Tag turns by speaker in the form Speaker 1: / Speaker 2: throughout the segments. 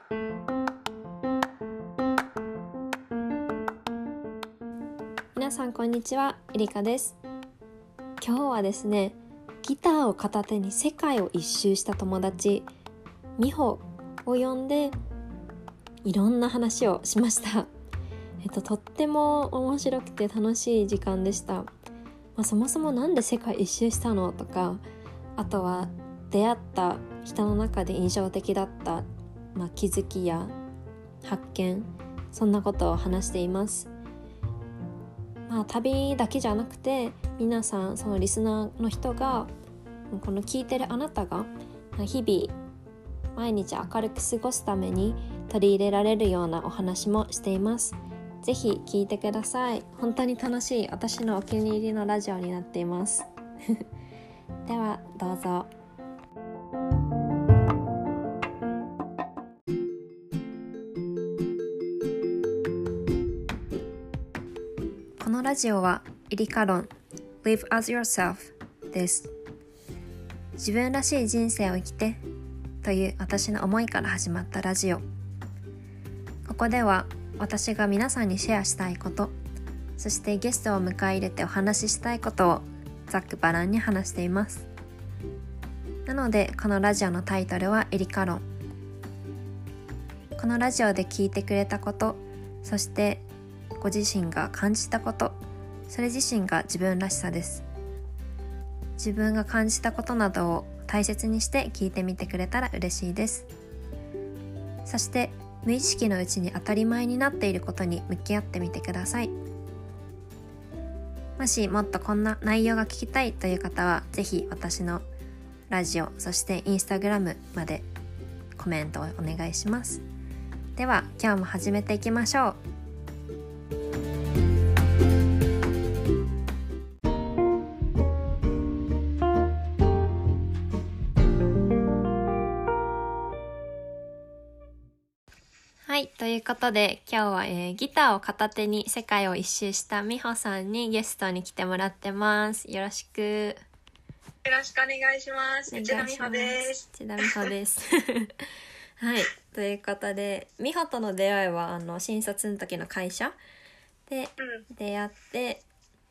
Speaker 1: 皆さんこんにちは、エリカです。今日はですね、ギターを片手に世界を一周した友達ミホを呼んでいろんな話をしました。とっても面白くて楽しい時間でした。そもそもなんで世界一周したのとか、あとは出会った人の中で印象的だった、気づきや発見、そんなことを話しています。旅だけじゃなくて、皆さんそのリスナーの人が、この聞いてるあなたが日々毎日明るく過ごすために取り入れられるようなお話もしています。ぜひ聞いてください。本当に楽しい、私のお気に入りのラジオになっていますではどうぞ。このラジオはイリカ論 Live as yourself です。自分らしい人生を生きてという私の思いから始まったラジオ。ここでは私が皆さんにシェアしたいこと、そしてゲストを迎え入れてお話ししたいことをざっくばらんに話しています。なのでこのラジオのタイトルはエリカ論。このラジオで聞いてくれたこと、そしてご自身が感じたこと、それ自身が自分らしさです。自分が感じたことなどを大切にして聞いてみてくれたら嬉しいです。そして無意識のうちに当たり前になっていることに向き合ってみてください。もしもっとこんな内容が聞きたいという方は、ぜひ私のラジオ、そしてインスタグラムまでコメントをお願いします。では今日も始めていきましょう。はい、ということで今日は、ギターを片手に世界を一周したミホさんにゲストに来てもらってます。よろしく
Speaker 2: お願いします。内田美穂です。
Speaker 1: 内田美穂ですはい、ということで美穂との出会いは新卒の時の会社で出会って、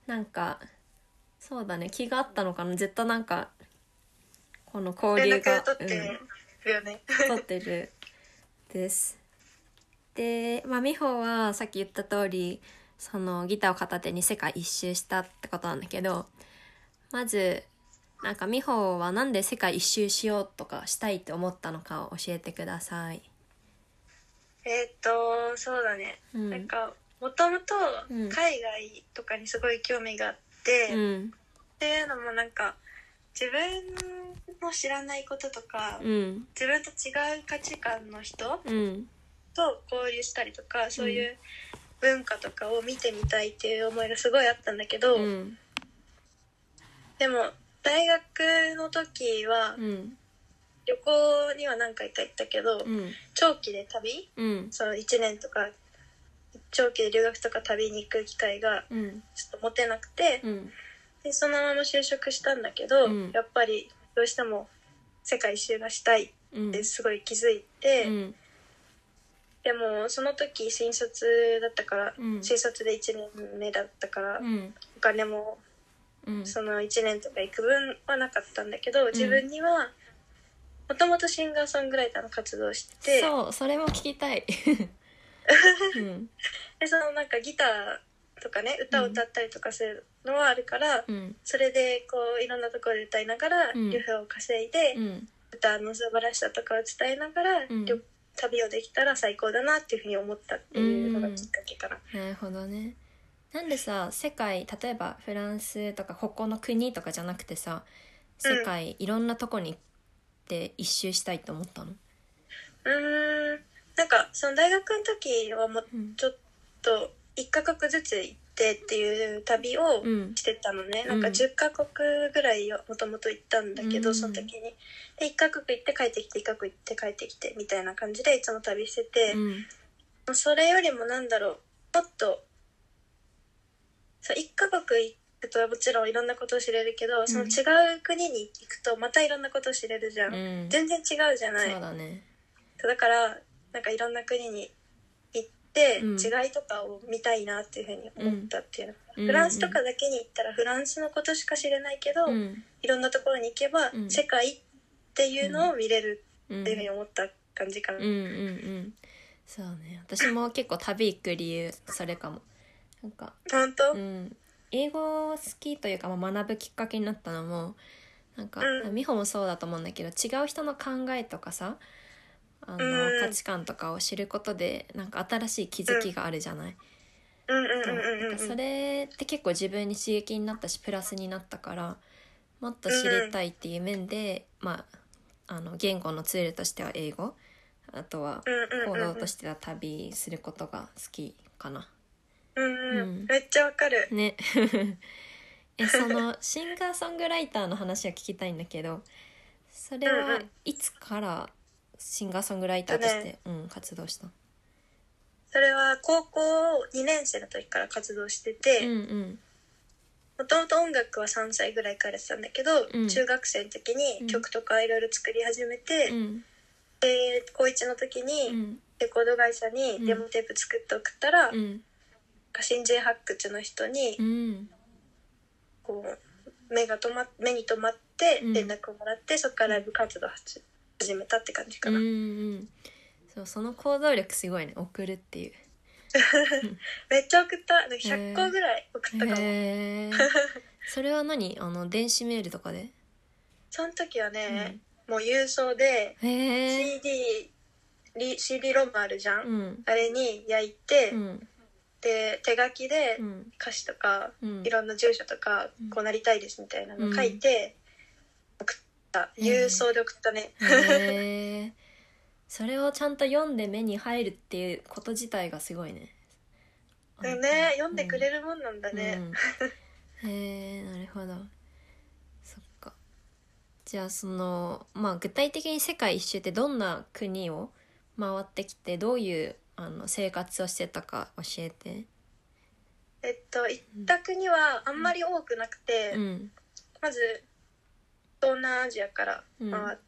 Speaker 1: そうだね、気があったのかな、ずっとこの交流が
Speaker 2: 取ってるよね、
Speaker 1: 取ってるですで、美穂はさっき言った通り、そのギターを片手に世界一周したってことなんだけど、まず美穂はなんで世界一周しようとかしたいって思ったのかを教えてください。
Speaker 2: そうだね、もともと海外とかにすごい興味があって、っていうのも自分の知らないこととか、自分と違う価値観の人、と交流したりとか、そういう文化とかを見てみたいっていう思いがすごいあったんだけど、でも大学の時は、旅行には何回か行ったけど、長期で旅、その1年とか長期で留学とか旅に行く機会がちょっと持てなくて、でそのまま就職したんだけど、やっぱりどうしても世界一周がしたいってすごい気づいて、でもその時新卒だったから、新卒で1年目だったから、お金もその1年とか行く分はなかったんだけど、自分にはもともとシンガーソングライターの活動をしてて、
Speaker 1: それも聞きたい
Speaker 2: でそのギターとかね、歌を歌ったりとかするのはあるから、それでこういろんなところで歌いながら旅費を稼いで、歌の素晴らしさとかを伝えながら、旅をできたら最高だなっていうふうに思ったっていうのがきっかけかな。
Speaker 1: なるほどね。なんでさ、世界、例えばフランスとかここの国とかじゃなくてさ、世界いろんなとこに行って一周したいと思ったの？
Speaker 2: その大学の時はもうちょっと1カ国ずつ行ってっていう旅をしてたのね、10カ国ぐらいもともと行ったんだけど、その時にで1カ国行って帰ってきて、1カ国行って帰ってきてみたいな感じでいつも旅してて、それよりももっと1カ国行くともちろんいろんなことを知れるけど、その違う国に行くとまたいろんなことを知れるじゃん、全然違うじゃない。
Speaker 1: そうだね。
Speaker 2: だからなんかいろんな国に行って違いとかを見たいなっていうふうに思ったっていうの、フランスとかだけに行ったらフランスのことしか知れないけど、いろんなところに行けば世界っていうのを見れるっていうふうに思った感じかな。
Speaker 1: そうね、私も結構旅行く理由それかも。なんか
Speaker 2: 本当、
Speaker 1: 英語好きというか、学ぶきっかけになったのもなんか、美穂もそうだと思うんだけど、違う人の考えとかさ、価値観とかを知ることでなんか新しい気づきがあるじゃない。なんかそれって結構自分に刺激になったしプラスになったから、もっと知りたいっていう面で、言語のツールとしては英語、あとは行動としては旅することが好きかな。
Speaker 2: めっちゃわかる
Speaker 1: ねそのシンガーソングライターの話を聞きたいんだけど、それはいつからシンガーソングライターとして、活動した？
Speaker 2: それは高校2年生の時から活動してて、もともと音楽は3歳ぐらいからやってたんだけど、中学生の時に曲とかいろいろ作り始めて、で高1の時にレコード会社にデモテープ作って送ったら、新人発掘の人に、こう目に留まって連絡をもらって、そこからライブ活動を始めたって感じかな。
Speaker 1: その行動力すごいね、送るっていう
Speaker 2: めっちゃ送った。100個ぐらい送ったかも。
Speaker 1: それは何？電子メールとかで？
Speaker 2: その時はね、もう郵送で CD ロムあるじゃん、あれに焼いて、で手書きで歌詞とか、いろんな住所とか、こうなりたいですみたいなの書いて送った。郵送で送ったね。
Speaker 1: それをちゃんと読んで目に入るっていうこと自体がすごいね。
Speaker 2: 読んでくれるもんなんだね。
Speaker 1: なるほど。そっか。じゃあ具体的に世界一周ってどんな国を回ってきて、どういう生活をしてたか教えて。
Speaker 2: 行った国はあんまり多くなくて、まず東南アジアから回って、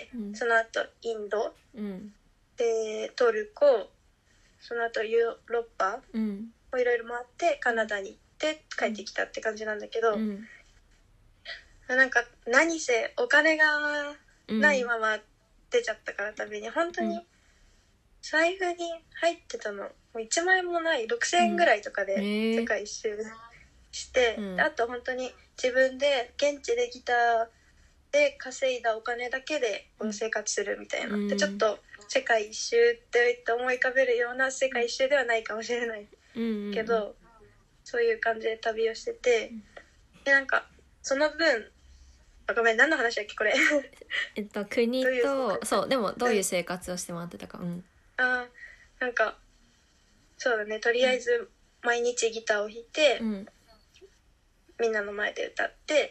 Speaker 2: その後インド、でトルコ、その後ヨーロッパをいろいろ回ってカナダに行って帰ってきたって感じなんだけど、なんか何せお金がないまま出ちゃったから旅に、本当に財布に入ってたのもう1万円もない、6000円ぐらいとかで世界一周して、あと本当に自分で現地でギターで稼いだお金だけで生活するみたいな、でちょっと世界一周って思い浮かべるような世界一周ではないかもしれないけど、そういう感じで旅をしてて、でなんかその分、ごめん何の話だっけこれ
Speaker 1: 国とそうでもどういう生活をしてもらってたか。
Speaker 2: なんかそうだね、とりあえず毎日ギターを弾いて、みんなの前で歌って、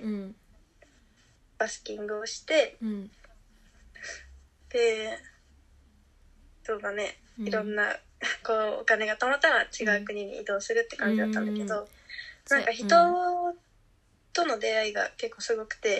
Speaker 2: バスキングをして、でそうだね、いろんなこうお金が貯まったら違う国に移動するって感じだったんだけど、なんか人との出会いが結構すごくて、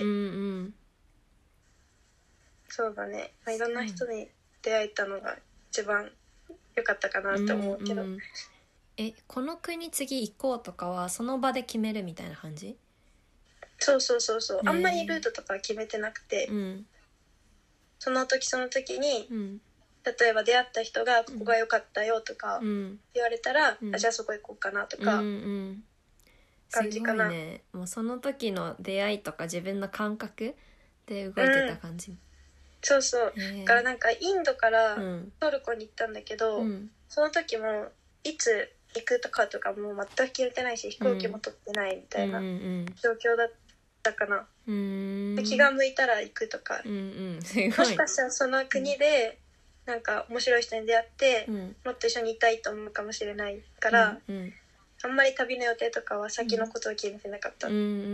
Speaker 2: そうだね、いろんな人に出会えたのが一番良かったかなって思うけど、
Speaker 1: この国次行こうとかはその場で決めるみたいな感じ？
Speaker 2: そう、あんまりルートとかは決めてなくて、その時その時に、例えば出会った人がここが良かったよとか言われたら、じゃあそこ行こうかなとか、感じかな。
Speaker 1: すごいね。もうその時の出会いとか自分の感覚で動いてた感じ。
Speaker 2: そう、だからなんかインドからトルコに行ったんだけど、その時もいつ行くとかも全く決めてないし、飛行機も取ってないみたいな状況だったかな。気が向いたら行くとか、もしかしたらその国でなんか面白い人に出会って、もっと一緒にいたいと思うかもしれないから、あんまり旅の予定とかは先のことを決めてなかった。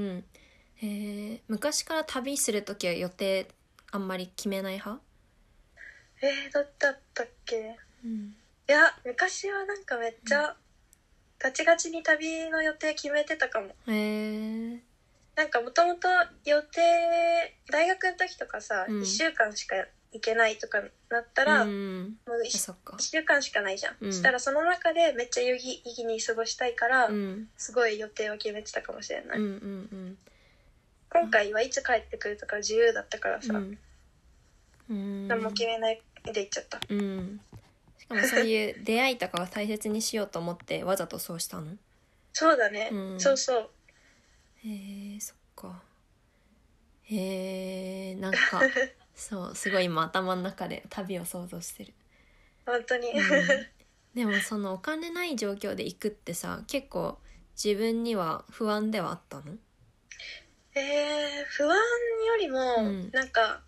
Speaker 1: 昔から旅するときは予定あんまり決めない派？
Speaker 2: どうだったっけ？いや昔はなんかめっちゃガチガチに旅の予定決めてたかも。なんかもともと予定大学の時とかさ、1週間しかい行けないとかなったら、もう
Speaker 1: そっか
Speaker 2: 1週間しかないじゃん、したらその中でめっちゃ有意義に過ごしたいから、すごい予定は決めてたかもしれない、今回はいつ帰ってくるとか自由だったからさ、何も決めないで行っちゃった、
Speaker 1: しかもそういう出会いとかを大切にしようと思ってわざとそうしたの？
Speaker 2: そうだね、そうそう。
Speaker 1: へえ、そっか。へえ、なんかそうすごい今頭の中で旅を想像してる。
Speaker 2: 本当に、
Speaker 1: でもそのお金ない状況で行くってさ、結構自分には不安ではあったの？
Speaker 2: 不安よりも、なんか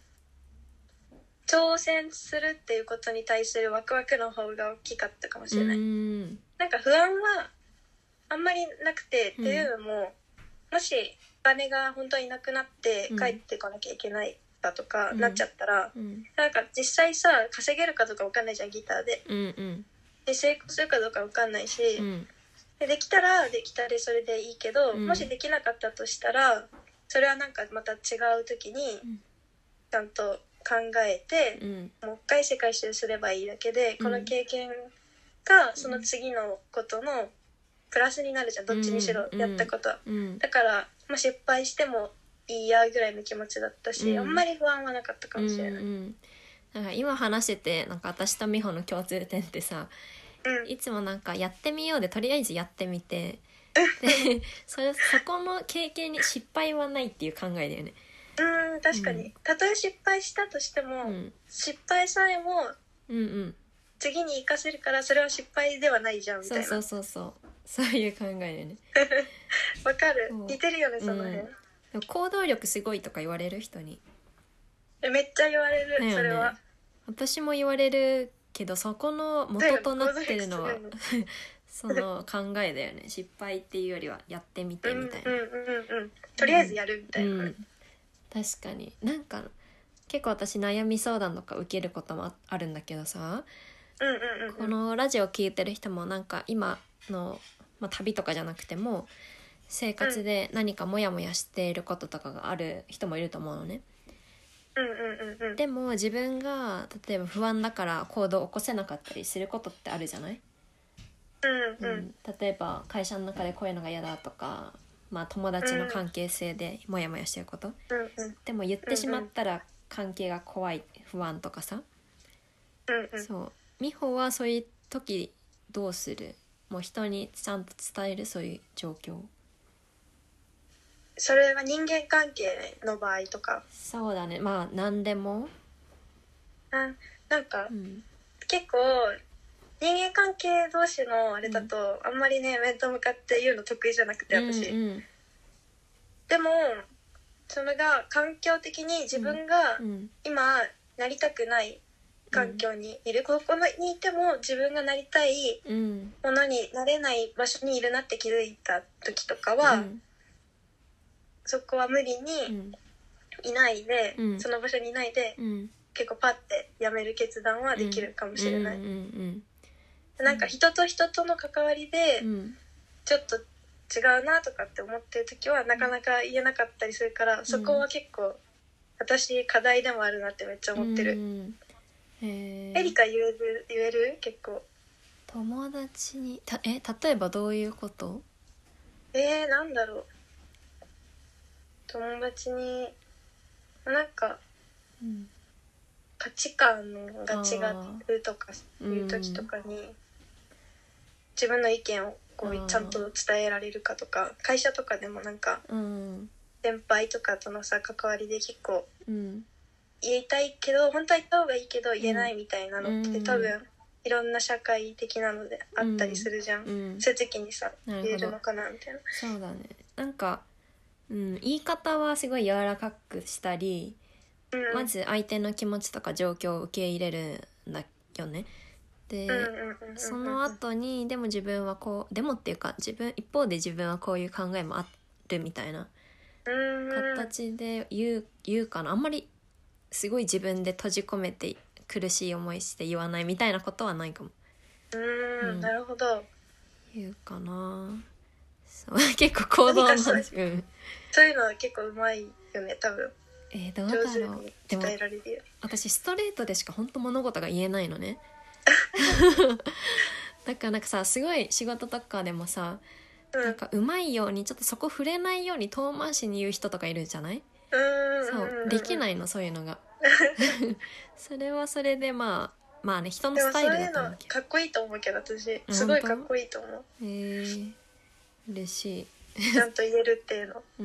Speaker 2: 挑戦するっていうことに対するワクワクの方が大きかったかもしれない。なんか不安はあんまりなくて、っていうのも、もしお金が本当になくなって帰ってこなきゃいけないだとかなっちゃったら、なんか実際さ稼げるかどうか分かんないじゃん、ギターで、で成功するかどうか分かんないし、できたらできたでそれでいいけど、もしできなかったとしたらそれはなんかまた違う時にちゃんと考えて、もう一回世界一周すればいいだけで、この経験がその次のことのプラスになるじゃん、どっちにしろやったことは、だから、まあ、失敗してもいいやぐらいの気持ちだったし、あんまり不安はなかったかもしれない、
Speaker 1: なんか今話してて、なんか私と美穂の共通点ってさ、いつもなんかやってみようでとりあえずやってみてでそこの経験に失敗はないっていう考えだよね。
Speaker 2: 確かに、たとえ失敗したとしても、失敗さえも次に生かせるから、それは失敗ではないじゃんみたいな。
Speaker 1: そういう考えだよね。
Speaker 2: わかる、似てるよねその辺、で
Speaker 1: も行動力すごいとか言われる人に。
Speaker 2: めっちゃ言われる、
Speaker 1: ね、
Speaker 2: それは
Speaker 1: 私も言われるけど、そこの元となってるのはその考えだよね。失敗っていうよりはやってみてみたいな、
Speaker 2: とりあえずやるみたいな、
Speaker 1: 確かに。なんか結構私悩み相談とか受けることもあるんだけどさ、このラジオ聞いてる人もなんか今の、旅とかじゃなくても生活で何かモヤモヤしていることとかがある人もいると思うのね。でも自分が例えば不安だから行動を起こせなかったりすることってあるじゃない、例えば会社の中でこういうのが嫌だとか、友達の関係性でモヤモヤしてること、でも言ってしまったら関係が怖い不安とかさ、そう美穂はそういう時どうする？もう人にちゃんと伝える、そういう状況。
Speaker 2: それは人間関係の場合とか？
Speaker 1: そうだね、何でも。
Speaker 2: なんか、結構人間関係同士のあれだと、あんまりね面と向かって言うの得意じゃなくて私、でもそれが環境的に自分が今なりたくない環境にいる、ここにいても自分がなりたいものになれない場所にいるなって気づいた時とかは、そこは無理にいないで、その場所にいないで、結構パッてやめる決断はできるかもしれない、なんか人と人との関わりでちょっと違うなとかって思ってる時はなかなか言えなかったりするから、そこは結構私課題でもあるなってめっちゃ思ってる。エリカ言える？結構
Speaker 1: 友達に例えばどういうこと？
Speaker 2: なんだろう、友達になんか、価値観が違うとかいう時とかに、自分の意見をこうちゃんと伝えられるかとか、会社とかでもなんか、先輩とかとのさ関わりで結構、言いたいけど本当は言った方がいいけど言えないみたいなのって、多分いろんな社会的なのであったりするじゃん、そういう時にさ言えるのかなみたいな。
Speaker 1: そうだね、なんか、言い方はすごい柔らかくしたり、まず相手の気持ちとか状況を受け入れるんだよね。で、その後にでも自分はこう、でもっていうか一方で自分はこういう考えもあるみたいな形で言うかな。あんまりすごい自分で閉じ込めて苦しい思いして言わないみたいなことはないかも。
Speaker 2: なるほど。
Speaker 1: 言うかな。そう結構行動の話、
Speaker 2: そういうのは結構うまいよね多分。
Speaker 1: どうだろう。
Speaker 2: 上手に伝えられるよ。
Speaker 1: でも私ストレートでしか本当物事が言えないのねだからなんかさ、すごい仕事とかでもさ、なんかうまいようにちょっとそこ触れないように遠回しに言う人とかいるじゃない？そうできないの、そういうのがそれはそれでまあね、人のスタイルだと思うけど。
Speaker 2: かっこいいと思うけど、私すごいかっこいいと思う。
Speaker 1: 嬉しい
Speaker 2: ちゃんと言えるっていうの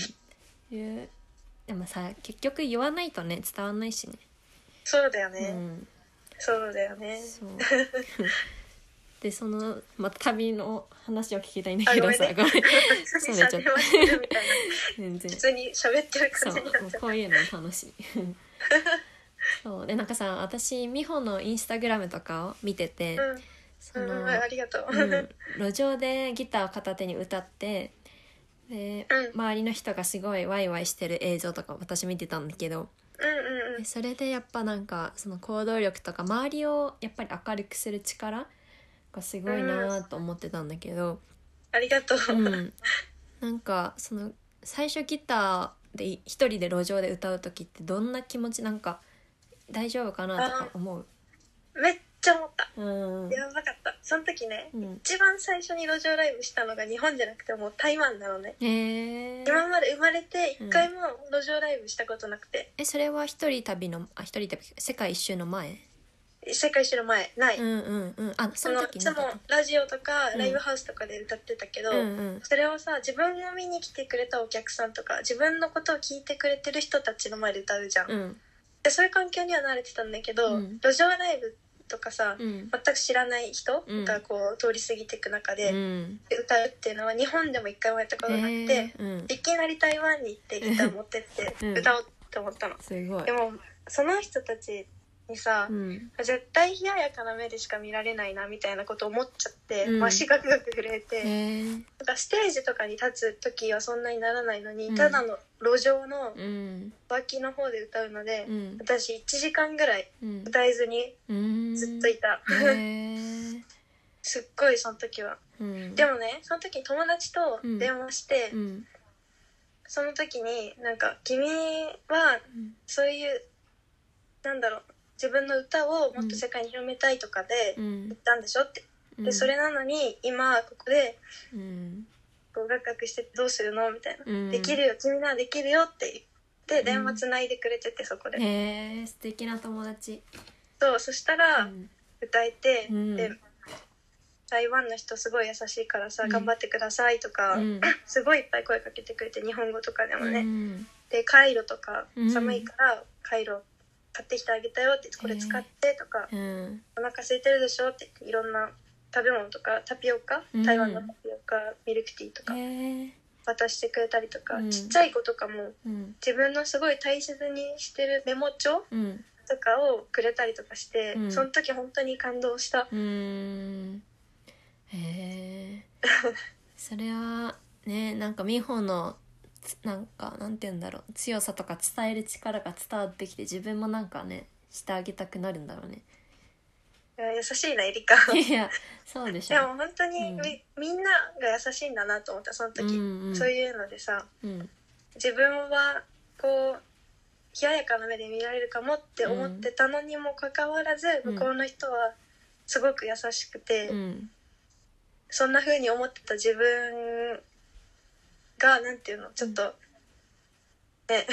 Speaker 1: でもさ、結局言わないとね伝わんないしね。
Speaker 2: そうだよね、そうだよね。そう
Speaker 1: でそのまた旅の話を聞きたいんだけどさ、ごめん
Speaker 2: そうね、ちょっと全然普通に喋ってる感じになっちゃった。
Speaker 1: こういうの楽しいそうで、なんかさ、私美穂のインスタグラムとかを見てて、
Speaker 2: ありがとう、
Speaker 1: 路上でギターを片手に歌ってで、周りの人がすごいワイワイしてる映像とか私見てたんだけど、でそれでやっぱなんかその行動力とか周りをやっぱり明るくする力がすごいなと思ってたんだけど、
Speaker 2: ありがとう、
Speaker 1: なんかその最初ギターで一人で路上で歌う時ってどんな気持ち、なんか大丈夫かなとか思う？
Speaker 2: めっちゃ思った、やばかった。その時ね、一番最初に路上ライブしたのが日本じゃなくてもう台湾なのね。今まで生まれて一回も路上ライブしたことなくて、
Speaker 1: それは一人旅世界一周の前？
Speaker 2: 世界一周の前ない、
Speaker 1: その時
Speaker 2: いつもラジオとかライブハウスとかで歌ってたけど、それをさ、自分を見に来てくれたお客さんとか自分のことを聞いてくれてる人たちの前で歌うじゃん、でそういう環境には慣れてたんだけど、路上ライブとかさ、全く知らない人がこう通り過ぎていく中で、歌うっていうのは日本でも一回もやったことなくて、いきなり台湾に行ってギター持ってって歌おうって思ったの。
Speaker 1: すごい。
Speaker 2: でもその人たちにさ、絶対冷ややかな目でしか見られないなみたいなこと思っちゃって、足ガクガク震えて、なんかステージとかに立つ時はそんなにならないのに、ただの路上の脇の方で歌うので、私1時間ぐらい歌えずにずっといた、すっごいその時は、でもね、その時に友達と電話して、その時になんか君はそういうなんだろう、自分の歌をもっと世界に広めたいとかで言ったんでしょって、でそれなのに今ここでこうガクガクしてどうするのみたいな、できるよ君ならできるよって言って電話つないでくれてて、そこで
Speaker 1: 素敵な友達。
Speaker 2: そしたら歌えて、で台湾の人すごい優しいからさ、頑張ってくださいとか、すごいいっぱい声かけてくれて、日本語とかでもね、でカイロとか寒いからカイロ買ってきてあげたよって、これ使ってとか、お腹空いてるでしょって言って、いろんな食べ物とかタピオカ、台湾のタピオカミルクティーとか渡してくれたりとか、ちっちゃい子とかも自分のすごい大切にしてるメモ帳とかをくれたりとかして、その時本当に感動した。
Speaker 1: それはね、なんか美穂のなんて言うんだろう、強さとか伝える力が伝わってきて、自分もなんかねしてあげたくなるんだろうね。
Speaker 2: 優しいなエリカ
Speaker 1: いやそうでしょ。
Speaker 2: でも本当に、みんなが優しいんだなと思った、その時、そういうのでさ、自分はこう冷ややかな目で見られるかもって思ってたのにもかかわらず、向こうの人はすごく優しくて、そんな風に思ってた自分がなんていうの、ちょっとね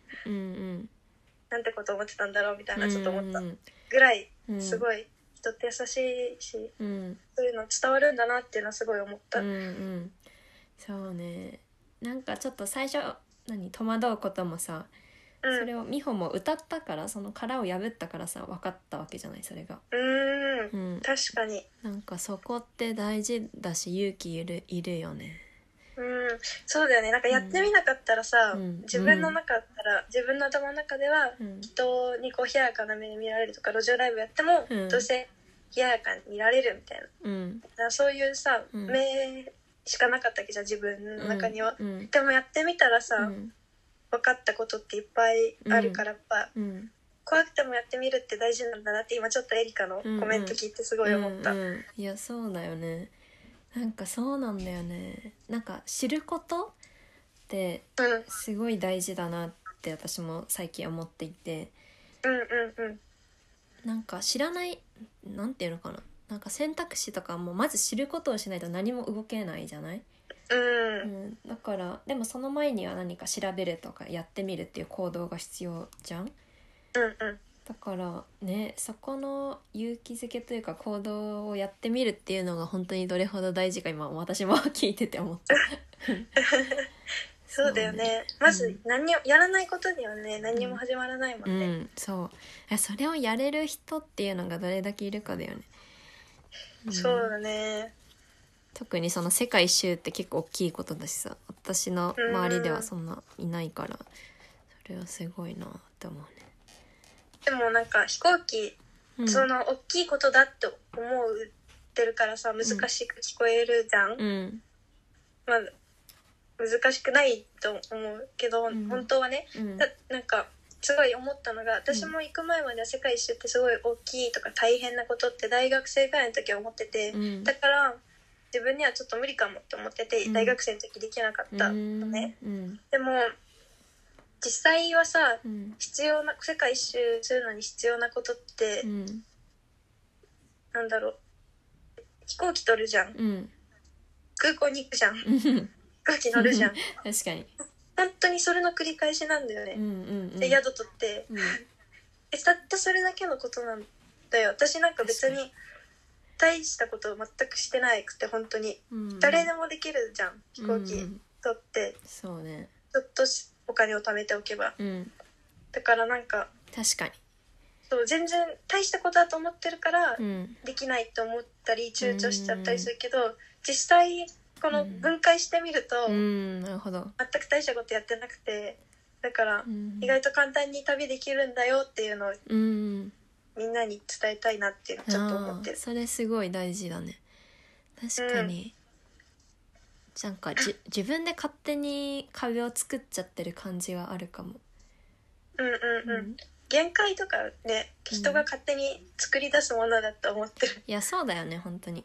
Speaker 2: なんてこと思ってたんだろうみたいな、ちょっと思ったぐらい、すごい人って優しいし、そういうの伝わるんだなっていうのはすごい思った。
Speaker 1: そうね、なんかちょっと最初戸惑うこともさ、それを美穂も歌ったから、その殻を破ったからさ分かったわけじゃない、それが。
Speaker 2: 確かに
Speaker 1: なんかそこって大事だし、勇気いるよね。
Speaker 2: そうだよね。なんかやってみなかったらさ、自分の中だったら、自分の頭の中では、人にこう冷ややかな目で見られるとか、路上ライブやっても、どうせ冷ややかに見られるみたいな、だからそういうさ、目しかなかったわけじゃん、自分の中には。でもやってみたらさ、分かったことっていっぱいあるから、やっぱ、怖くてもやってみるって大事なんだなって今ちょっとエリカのコメント聞いてすごい思った。
Speaker 1: いやそうだよね。なんかそうなんだよね。なんか知ることってすごい大事だなっって私も最近思っていて、
Speaker 2: うんうんうん、
Speaker 1: なんか知らない、なんていうのかな、なんか選択肢とかもまず知ることをしないと何も動けないじゃない、だからでもその前には何か調べるとかやってみるっていう行動が必要じゃん、だからね、そこの勇気づけというか行動をやってみるっていうのが本当にどれほど大事か今私も聞いてて思った
Speaker 2: そうだよね。まず何をやらないことにはね、何にも始まらないもんね。
Speaker 1: それをやれる人っていうのがどれだけいるかだよね。
Speaker 2: そうだね。
Speaker 1: 特にその世界一周って結構大きいことだしさ、私の周りではそんないないから、それはすごいなって思うね。
Speaker 2: でもなんか飛行機、その大きいことだって思ってるからさ、難しく聞こえるじゃん、まあ難しくないと思うけど、本当はね、なんかすごい思ったのが、私も行く前までは世界一周ってすごい大きいとか大変なことって大学生ぐらいの時は思ってて、だから自分にはちょっと無理かもって思ってて、大学生の時できなかったのね、でも実際はさ、必要な、世界一周するのに必要なことって、なんだろう、飛行機取るじゃん、空港に行くじゃん飛行機乗るじゃん
Speaker 1: 確かに
Speaker 2: 本当にそれの繰り返しなんだよね、で宿取って、たったそれだけのことなんだよ。私なんか別に大したことを全くしてないくて、本当に、誰でもできるじゃん、飛行機取って、
Speaker 1: そうね、
Speaker 2: ちょっとお金を貯めておけば、だからなんか
Speaker 1: 確かに
Speaker 2: そう全然大したことだと思ってるからできないと思ったり躊躇しちゃったりするけど、実際この分解してみると、
Speaker 1: なるほど、
Speaker 2: 全く大したことやってなくて、だから意外と簡単に旅できるんだよっていうのをみんなに伝えたいなっていうのちょっと思ってる。
Speaker 1: それすごい大事だね。確かに、なんか自分で勝手に壁を作っちゃってる感じはあるかも。
Speaker 2: 限界とかね、人が勝手に作り出すものだと思ってる。
Speaker 1: いやそうだよね本当に。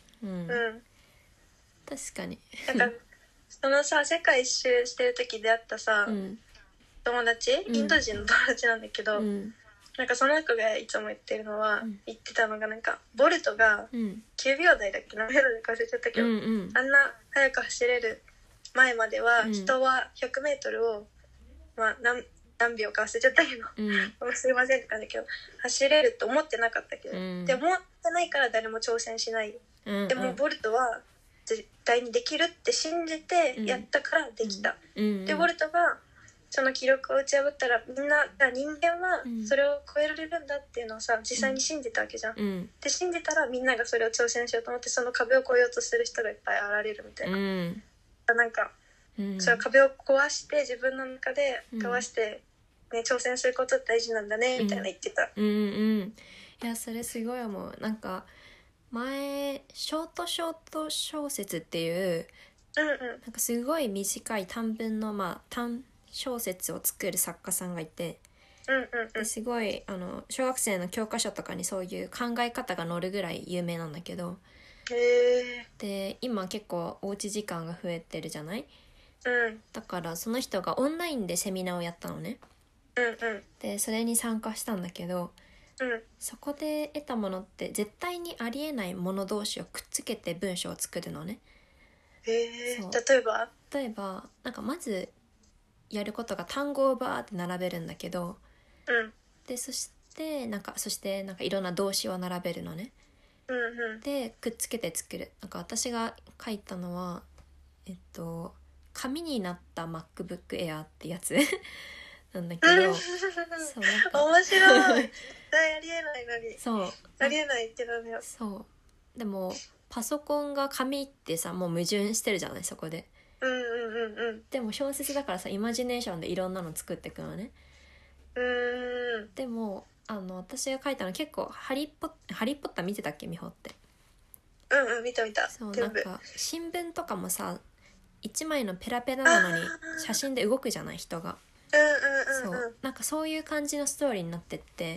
Speaker 1: 確かに。
Speaker 2: なんかそのさ、世界一周してる時出会ったさ、友達、インド人の友達なんだけど、なんかその子がいつも言ってるのは、言ってたのがなんかボルトが9秒台だっけ、何秒台か忘れちゃったけど、あんな速く走れる前までは人は 100m を、まあ何秒か忘れちゃったけど、すいませんって感じだけど走れると思ってなかったけど、で思ってないから誰も挑戦しない、でもボルトは絶対にできるって信じてやったからできた、でボルトがその記録を打ち破ったら、みんな人間はそれを超えられるんだっていうのをさ、実際に信じたわけじゃん、で信じたらみんながそれを挑戦しようと思って、その壁を越えようとする人がいっぱい現れるみたいな、なんか、その壁を壊して自分の中で壊して、挑戦することって大事なんだねみたいな言ってた。
Speaker 1: いやそれすごい思う。なんか前ショート小説っていう、なんかすごい短い短文の短小説を作る作家さんがいて、ですごい小学生の教科書とかにそういう考え方が載るぐらい有名なんだけど、で今結構おうち時間が増えてるじゃない、だからその人がオンラインでセミナーをやったのね、でそれに参加したんだけど、そこで得たものって絶対にありえないもの同士をくっつけて文章を作るのね。
Speaker 2: 例えば
Speaker 1: なんかまずやることが単語をバーって並べるんだけど、でそしてなんかいろんな動詞を並べるのね、でくっつけて作る。なんか私が書いたのは紙になった MacBook Air ってやつなんだけど、
Speaker 2: そうなんか面白い。絶対ありえないのに。そうありえないってなんだよ。
Speaker 1: そうでもパソコンが紙ってさ、もう矛盾してるじゃない、そこで。でも小説だからさ、イマジネーションでいろんなの作っていくのね。でも私が書いたの結構ハリーポッター見てたっけ、美穂って。
Speaker 2: 見た。
Speaker 1: そうなんか新聞とかもさ、一枚のペラペラなのに写真で動くじゃない、人が。そうなんかそういう感じのストーリーになってって、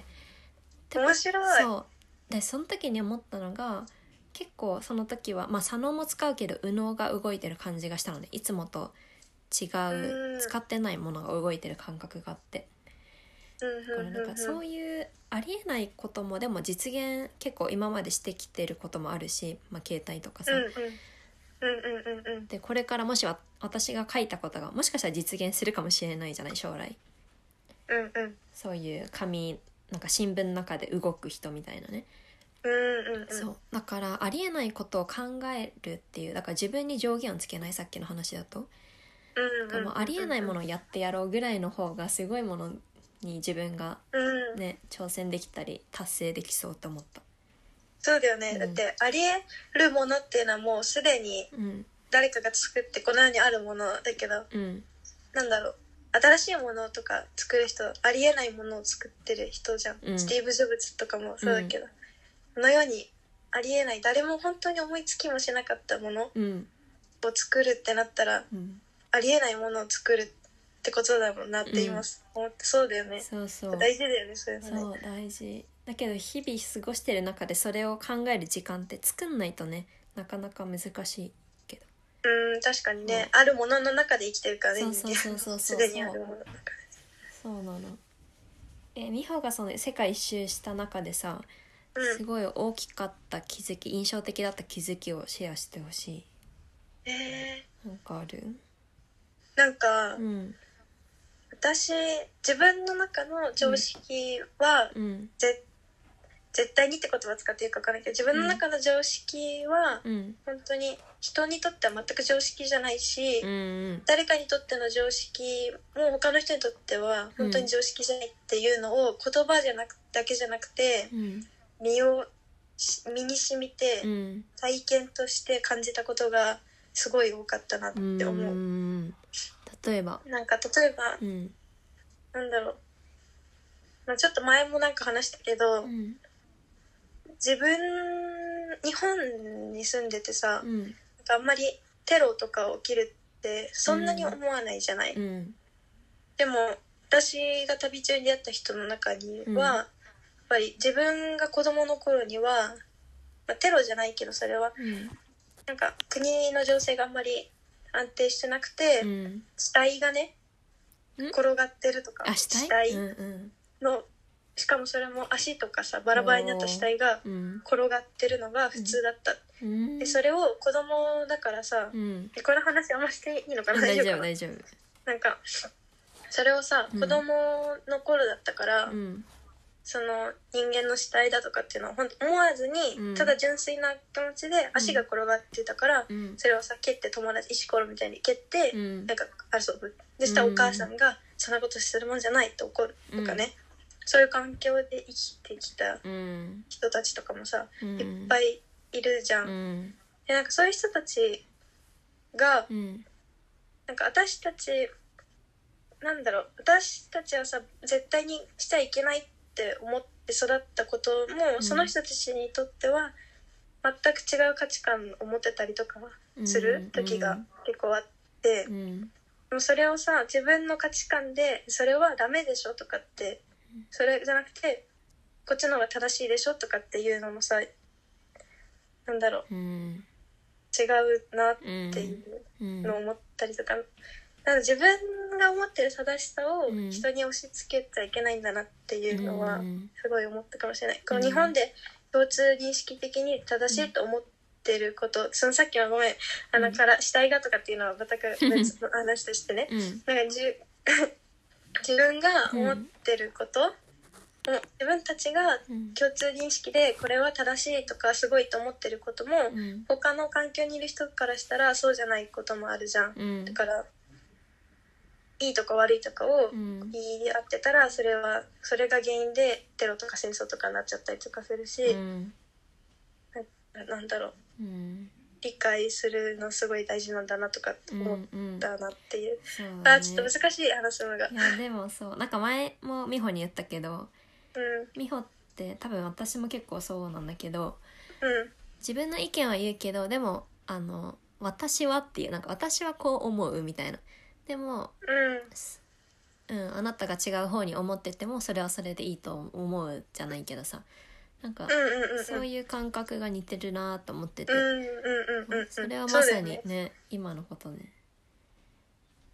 Speaker 2: 面白い。
Speaker 1: そうでその時に思ったのが、結構その時は左脳も使うけど右脳が動いてる感じがしたので、いつもと違う、使ってないものが動いてる感覚があって、だからなんかそういうありえないこともでも実現結構今までしてきてることもあるし、携帯とかさ、でこれからもし私が書いたことがもしかしたら実現するかもしれないじゃない、将来、そういう紙なんか新聞の中で動く人みたいなね、そうだからありえないことを考えるっていう、だから自分に上限をつけない、さっきの話だと、もうありえないものをやってやろうぐらいの方がすごいものに自分がね、挑戦できたり達成できそうと思った。
Speaker 2: そうだよね、だってありえるものっていうのはもうすでに誰かが作ってこの世にあるものだけど、なんだろう、新しいものとか作る人、ありえないものを作ってる人じゃん、スティーブ・ジョブズとかもそうだけど、この世にありえない、誰も本当に思いつきもしなかったものを作るってなったら、ありえないものを作るってことだもんなって言います、思って。そうだよね、
Speaker 1: そうそう
Speaker 2: 大事だよね、そういうのね。
Speaker 1: そう大事だけど日々過ごしてる中でそれを考える時間って作んないとね、なかなか難しいけど、
Speaker 2: 確かにね、あるものの中で生きてるからね、
Speaker 1: そう
Speaker 2: すでにあるものの中で。
Speaker 1: そうなの。美穂がその世界一周した中でさ、すごい大きかった気づき、印象的だった気づきをシェアしてほしい。なんかある？
Speaker 2: なんか、私自分の中の常識は、絶対にって言葉使っていいか分からないけど、自分の中の常識は、本当に人にとっては全く常識じゃないし、誰かにとっての常識も他の人にとっては本当に常識じゃないっていうのを言葉だけじゃなくて、身に染みて、体験として感じたことがすごい多かったなって思う。
Speaker 1: 例えば
Speaker 2: なんだろう、ちょっと前もなんか話したけど、自分日本に住んでてさ、なんかあんまりテロとか起きるってそんなに思わないじゃない、でも私が旅中に出会った人の中には、やっぱり自分が子供の頃には、テロじゃないけどそれは、なんか国の情勢があんまり安定してなくて、死体がね転がってるとか、死体の、しかもそれも足とかさバラバラになった死体が転がってるのが普通だった、でそれを子供だからさ、この話あんましていいのかな、
Speaker 1: 大丈夫大丈夫、
Speaker 2: なんかそれをさ、子供の頃だったから、その人間の死体だとかっていうのを思わずに、ただ純粋な気持ちで足が転がってたから、それをさ蹴って、友達石ころみたいに蹴って、なんか遊ぶ。でしたらお母さんがそんなことするもんじゃないって怒るとかね、そういう環境で生きてきた人たちとかもさ、いっぱいいるじゃん、でなんかそういう人たちが、なんか私たちはさ絶対にしちゃいけないって思って育ったことも、その人たちにとっては全く違う価値観を持ってたりとかする時が結構あって、でもそれをさ自分の価値観でそれはダメでしょとかって、それじゃなくてこっちの方が正しいでしょとかっていうのもさ、なんだろう、違うなっていうのを思ったりとか、なんか自分が思ってる正しさを人に押し付けちゃいけないんだなっていうのはすごい思ったかもしれない。この日本で共通認識的に正しいと思ってること、そのさっきのごめんから死体がとかっていうのは全く別の話としてね、なんか自分が思ってること、自分たちが共通認識でこれは正しいとかすごいと思ってることも、他の環境にいる人からしたらそうじゃないこともあるじゃん、だからいいとか悪いとかを言い合ってたら、それが原因でテロとか戦争とかになっちゃったりとかするし、なんだろう、理解するのすごい大事なんだなとか思ったなっていう、ちょっと難しい話すのが。
Speaker 1: いやでもそう、なんか前も美穂に言ったけど、美穂って多分私も結構そうなんだけど、自分の意見は言うけど、でも私はっていう、なんか私はこう思うみたいな、でも、あなたが違う方に思っててもそれはそれでいいと思うじゃないけどさ、なんかそういう感覚が似てるなと思ってて、それはまさにね、今のことね。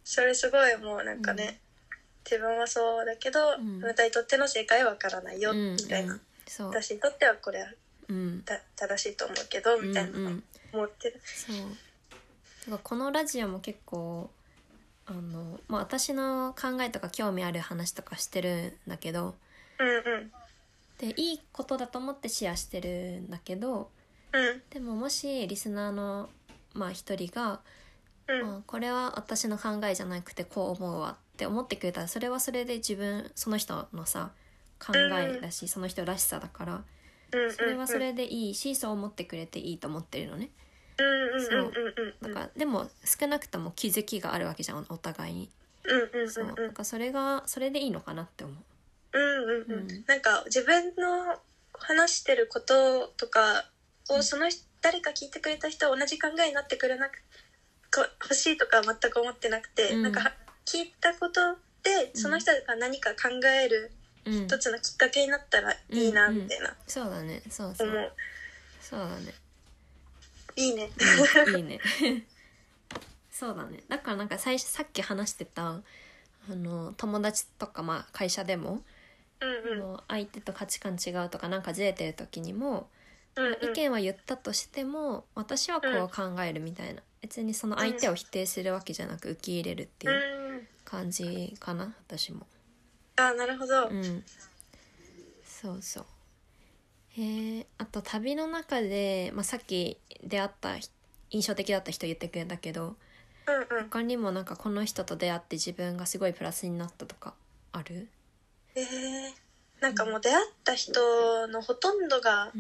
Speaker 2: それすごいもうなんかね、自分はそうだけど、あなたにとっての正解はわからないよ、みたいな、私にとってはこれは、正しいと思うけど、みたいな思ってる。
Speaker 1: そうだからこのラジオも結構私の考えとか興味ある話とかしてるんだけど、でいいことだと思ってシェアしてるんだけど、でももしリスナーの一人が、これは私の考えじゃなくてこう思うわって思ってくれたら、それはそれでその人のさ考えだし、その人らしさだから、それはそれでいいし、そう思ってくれていいと思ってるのね。そうだからでも少なくとも気づきがあるわけじゃん、お互いに。そうだからそれでいいのかなって思う。
Speaker 2: なんか自分の話してることとかを誰か聞いてくれた人は同じ考えになってくれなく欲しいとかは全く思ってなくて、なんか聞いたことでその人が何か考える一つのきっかけになったらいいなみたいな、
Speaker 1: そうだね、そうだね、
Speaker 2: いいね、
Speaker 1: いいねそうだね。だからなんかさっき話してた友達とか会社でも、相手と価値観違うとかなんかずれてる時にも、意見は言ったとしても私はこう考えるみたいな、別にその相手を否定するわけじゃなく受け入れるっていう感じかな、私も。
Speaker 2: あ、なるほど。
Speaker 1: そうそう。あと旅の中で、さっき出会った印象的だった人言ってくれたけど、他にもなんかこの人と出会って自分がすごいプラスになったとかある？
Speaker 2: なんかもう出会った人のほとんどが、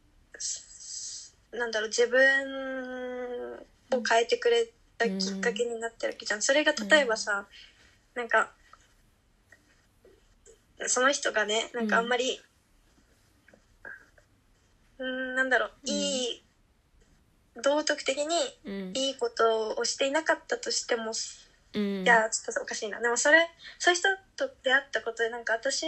Speaker 2: なんだろう、自分を変えてくれたきっかけになってるわけじゃん。それが例えばさ、なんかその人がね、なんかあんまり、なんだろう、道徳的にいいことをしていなかったとしても、いやちょっとおかしいな、でもそういう人と出会ったことでなんか私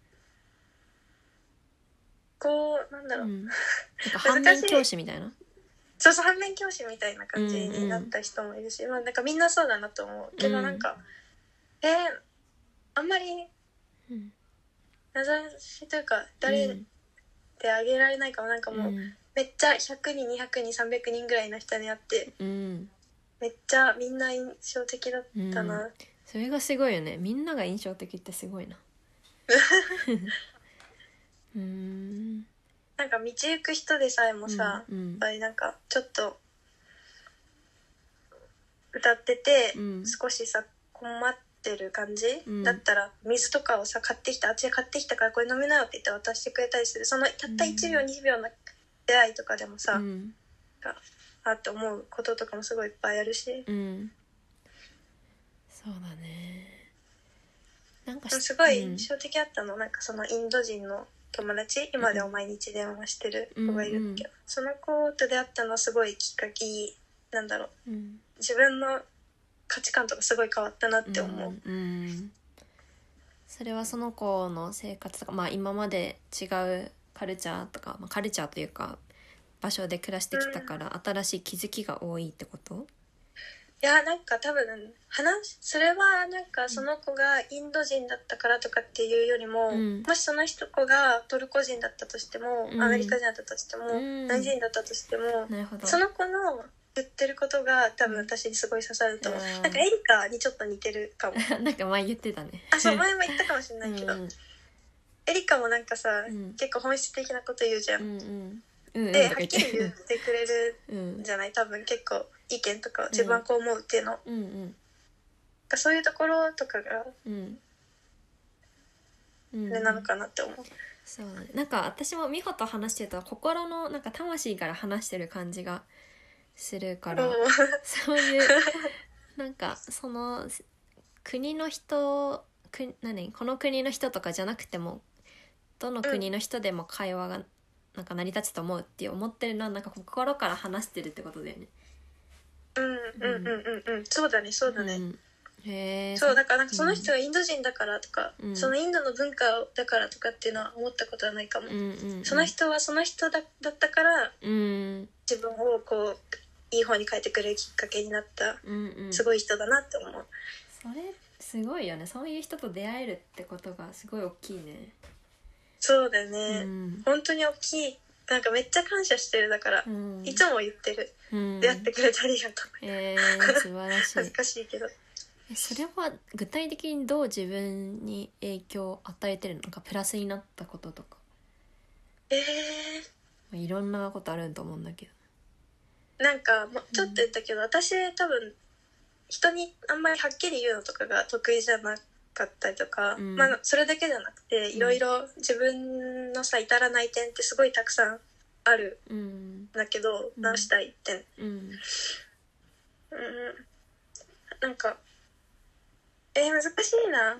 Speaker 2: こうなんだろう、なん
Speaker 1: か反面教師みたいな、
Speaker 2: そう反面教師みたいな感じになった人もいるし、なんかみんなそうだなと思うけど、なんかあんまり名指しというか誰であげられないかも。なんかもうめっちゃ100人200人300人ぐらいの人に会って、めっちゃみんな印象的だったな、
Speaker 1: それがすごいよね。みんなが印象的ってすごいな
Speaker 2: なんか道行く人でさえもさ、やっぱりなんかちょっと歌ってて、少しさ困ってる感じ、だったら水とかをさ買ってきた、あっちで買ってきたからこれ飲めなよって言って渡してくれたりする。そのたった1秒2秒の出会いとかでもさ、って思うこととかもすごいいっぱいあるし、
Speaker 1: そうだね。なんか
Speaker 2: すごい印象的だったの、なんかそのインド人の友達、今でも毎日電話してる子がいるけど、その子と出会ったのはすごいきっかけ、なんだろう、自分の価値観とかすごい変わったなって思う。
Speaker 1: それはその子の生活とか、今まで違うカルチャーとか、カルチャーというか場所で暮らしてきたから、新しい気づきが多いってこと？
Speaker 2: いや、なんか多分それはなんかその子がインド人だったからとかっていうよりも、もしその子がトルコ人だったとしても、アメリカ人だったとしても、何人だったとしても、その子の言ってることが多分私にすごい刺さると思う。なんかエリカにちょっと似てるかも
Speaker 1: なんか前言ってたね。
Speaker 2: そう、前も言ったかもしれないけど、エリカもなんかさ、結構本質的なこと言うじゃん、ではっきり言ってくれるんじゃない、多分結構意見とか自分はこう思うっていうの、そういうところとかがあれなのかなって思う。
Speaker 1: そうだね。なんか私も美穂と話してると心のなんか魂から話してる感じがするから、そういうなんかその国の人、この国の人とかじゃなくてもどの国の人でも会話がなんか成り立つと思うって思ってるのは、なんか心から話してるってことだよね。
Speaker 2: そうだね、そうだね。そうだからなんかその人がインド人だからとか、そのインドの文化だからとかっていうのは思ったことはないかも。その人はその人だったから、自分をこういい方に変えてくれるきっかけになった、すごい人だなって思う。
Speaker 1: それすごいよね。そういう人と出会えるってことがすごい大きいね。
Speaker 2: そうだね、本当に大きい。なんかめっちゃ感謝してる。だから、いつも言ってる、出会ってくれてありがとう。
Speaker 1: 素晴らしい。
Speaker 2: 恥ずかしいけど。
Speaker 1: それは具体的にどう自分に影響を与えてるのか、プラスになったこととか。いろんなことあると思うんだけ
Speaker 2: ど。なんかちょっと言ったけど、私多分人にあんまりはっきり言うのとかが得意じゃなかったりとか、それだけじゃなくていろいろ自分のさ至らない点ってすごいたくさんあるんだけど、直したい点、なんか難しいな。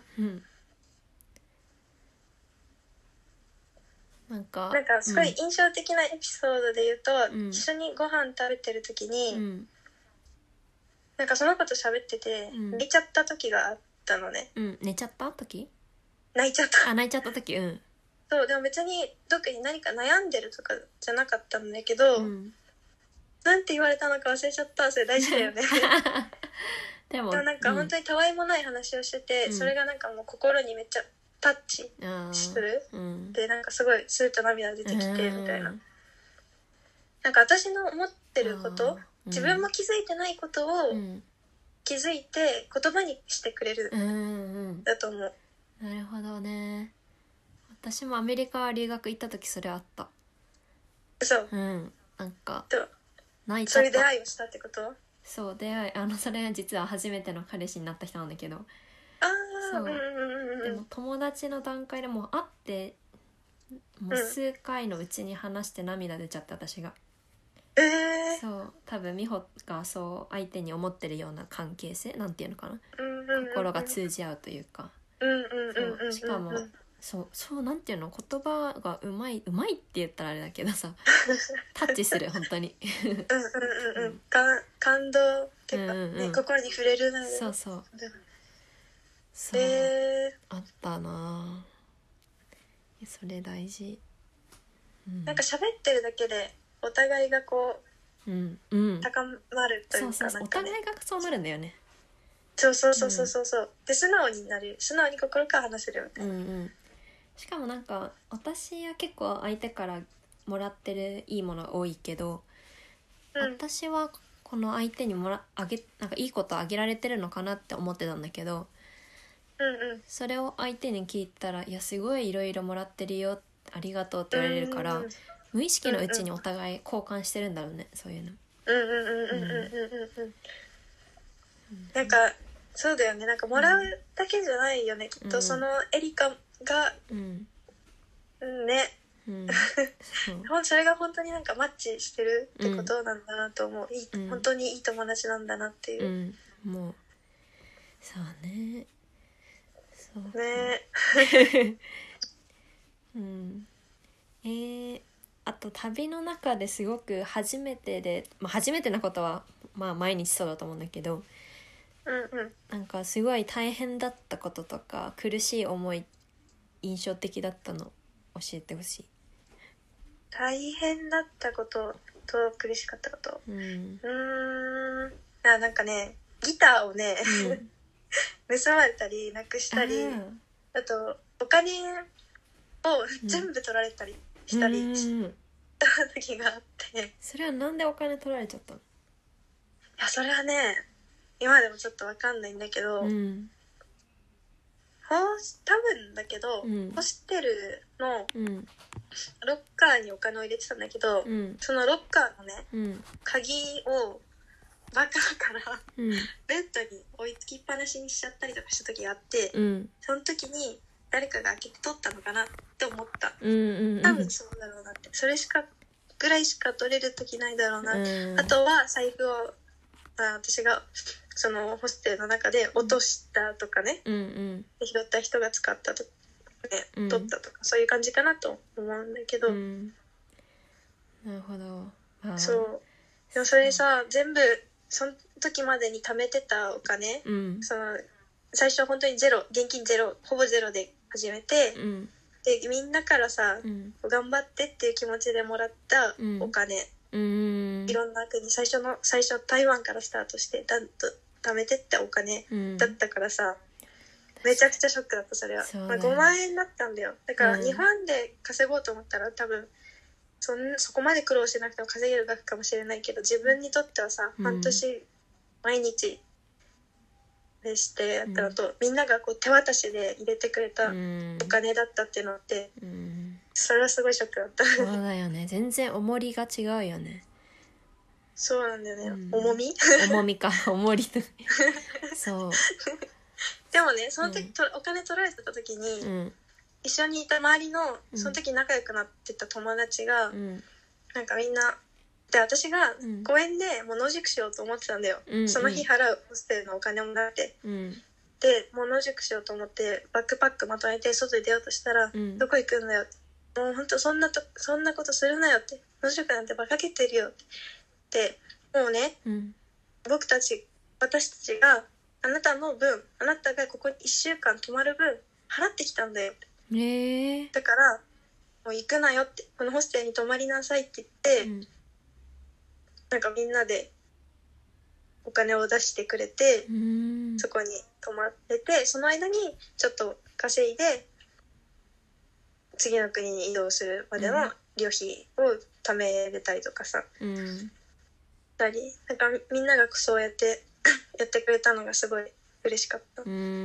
Speaker 2: なんかすごい印象的なエピソードで言うと、一緒にご飯食べてる時に、なんかその子と喋ってて、寝ちゃった時があったのね。
Speaker 1: 寝ちゃった時？
Speaker 2: 泣いちゃった。
Speaker 1: 泣いちゃった時。
Speaker 2: そう、でも別に特に何か悩んでるとかじゃなかったんだけど、なんて言われたのか忘れちゃった。それ大事だよね。でもなんか本当にたわいもない話をしてて、それがなんかもう心にめっちゃタッチする、でなんかすごいスーッと涙出てきてみたいな、なんか私の思ってること、自分も気づいてないことを気づいて言葉にしてくれる、だと思う。
Speaker 1: なるほどね。私もアメリカ留学行った時それあった。
Speaker 2: そう、
Speaker 1: なんか
Speaker 2: 泣いちゃった。そういう出会いをしたってこと？
Speaker 1: そう、出会い、それ実は初めての彼氏になった人なんだけど、そう、でも友達の段階でもう会ってもう数回のうちに話して涙出ちゃって、私が、そう多分美穂がそう相手に思ってるような関係性なんていうのかな、心が通じ合うというか、そうしかもそうなんていうの、言葉がうまいって言ったらあれだけどさタッチする本当に
Speaker 2: 感動っていうか、心に触れるな。
Speaker 1: そうあったな。それ大事、
Speaker 2: なんか喋ってるだけでお互いがこう、高まるというか、
Speaker 1: お互いがそうなるんだよね。
Speaker 2: そうで素直になる、素直に心から話せるみたいな、
Speaker 1: しかもなんか私は結構相手からもらってるいいものが多いけど、私はこの相手になんかいいことあげられてるのかなって思ってたんだけど、それを相手に聞いたら、いやすごいいろいろもらってるよ、ありがとうって言われるから、無意識のうちにお互い交換してるんだろうね、そういうの。
Speaker 2: なんかそうだよね。なんかもらうだけじゃないよね、きっとそのエリカが、ね、それが本当になんかマッチしてるってことなんだなと思う、本当にいい友達なんだなっていう、
Speaker 1: もうそうね、そうねあと旅の中ですごく初めてなことは毎日そうだと思うんだけど、なんかすごい大変だったこととか苦しい思い印象的だったの教えてほしい。
Speaker 2: 大変だったことと苦しかったこと、なんかね、ギターをね、盗まれたりなくしたり、あとお金を全部取られたりしたりした時があって、
Speaker 1: それはなんでお金取られちゃったの？
Speaker 2: いやそれはね今でもちょっと分かんないんだけど、多分だけど、ホステルのロッカーにお金を入れてたんだけど、そのロッカーのね、鍵をバカからベッドに置いつきっぱなしにしちゃったりとかした時があって、その時に誰かが開けて取ったのかなって思った、多分そうだろうなって。それぐらいしか取れる時ないだろうな、あとは財布を私がそのホステルの中で落としたとかね、拾った人が使ったとかね、取ったとかそういう感じかなと思うんだけど、
Speaker 1: なるほど。
Speaker 2: そうでもそれさ、全部その時までに貯めてたお金、その最初本当にゼロ、現金ゼロ、ほぼゼロで始めて、でみんなからさ、頑張ってっていう気持ちでもらったお金、いろんな国、最初台湾からスタートして貯めてったお金だったからさ、めちゃくちゃショックだったそれは。まあ、5万円だったんだよ。だから日本で稼ごうと思ったら多分そこまで苦労しなくても稼げる額かもしれないけど、自分にとってはさ、半年毎日でしてやったのと、みんながこう手渡しで入れてくれたお金だったっていうのって、それはすごいショックだった。
Speaker 1: そうだよね、全然重りが違うよね。
Speaker 2: そうなんだよね、重み
Speaker 1: 重みか重りとそう
Speaker 2: でもね、その時、お金取られてた時に、一緒にいた周りのその時仲良くなってた友達が、なんかみんなで、私が公園でもう野宿しようと思ってたんだよ、その日払うホステルのお金をもらって、でもう野宿しようと思ってバックパックまとめて外に出ようとしたら、どこ行くんだよって、もうほんとそんなことするなよって、野宿なんて馬鹿げてるよってもうね、私たちがあなたの分、あなたがここに1週間泊まる分払ってきたんだよって、だからもう行くなよって、このホステルに泊まりなさいって言って、なんかみんなでお金を出してくれて、そこに泊まってて、その間にちょっと稼いで次の国に移動するまでの旅費を貯めれたりとかさ、なんかみんながそうやってやってくれたのがすごい嬉しかった。
Speaker 1: す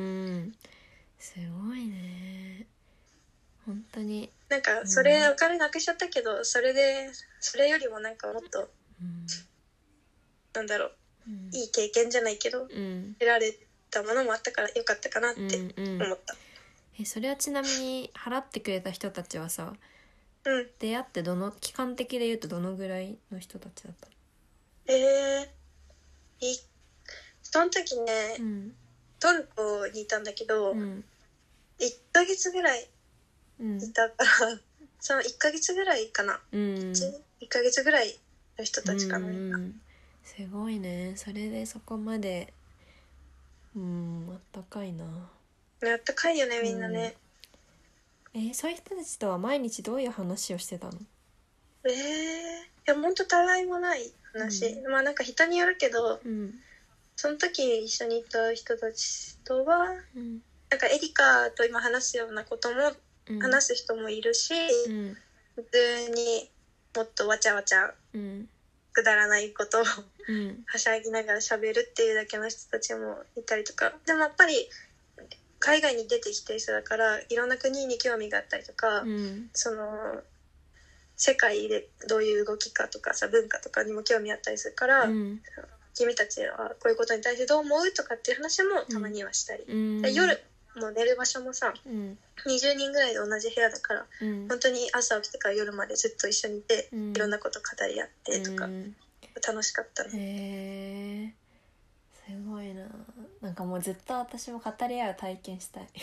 Speaker 1: ごいね、本当に。
Speaker 2: なんかそれお金なくしちゃったけど、それよりもなんかもっと、なんだろう、いい経験じゃないけど、得られたものもあったからよかったかなって思った。
Speaker 1: それはちなみに払ってくれた人たちはさ、出会って期間的で言うとどのぐらいの人たちだったの？
Speaker 2: その時ね、トルコにいたんだけど、1ヶ月ぐらいいたから、その1ヶ月ぐらいかな、1ヶ月ぐらいの人たちかな。
Speaker 1: すごいね、それでそこまであったかいな。
Speaker 2: あったかいよねみんなね。
Speaker 1: そういう人たちとは毎日どういう話をしてたの？
Speaker 2: いやほんとたわいもない話、まあなんか人によるけど、その時一緒にいた人たちとは、なんかエリカと今話すようなことも話す人もいるし、普通にもっとわちゃわちゃ、くだらないことをはしゃぎながら喋るっていうだけの人たちもいたりとか、でもやっぱり海外に出てきてる人だからいろんな国に興味があったりとか、その世界でどういう動きかとかさ、文化とかにも興味あったりするから、君たちはこういうことに対してどう思うとかっていう話もたまにはしたり、夜も寝る場所もさ、20人ぐらいで同じ部屋だから、本当に朝起きてから夜までずっと一緒にいて、いろんなこと語り合ってとか、楽しかったね。
Speaker 1: すごいな。なんかもうずっと私も語り合う体験したい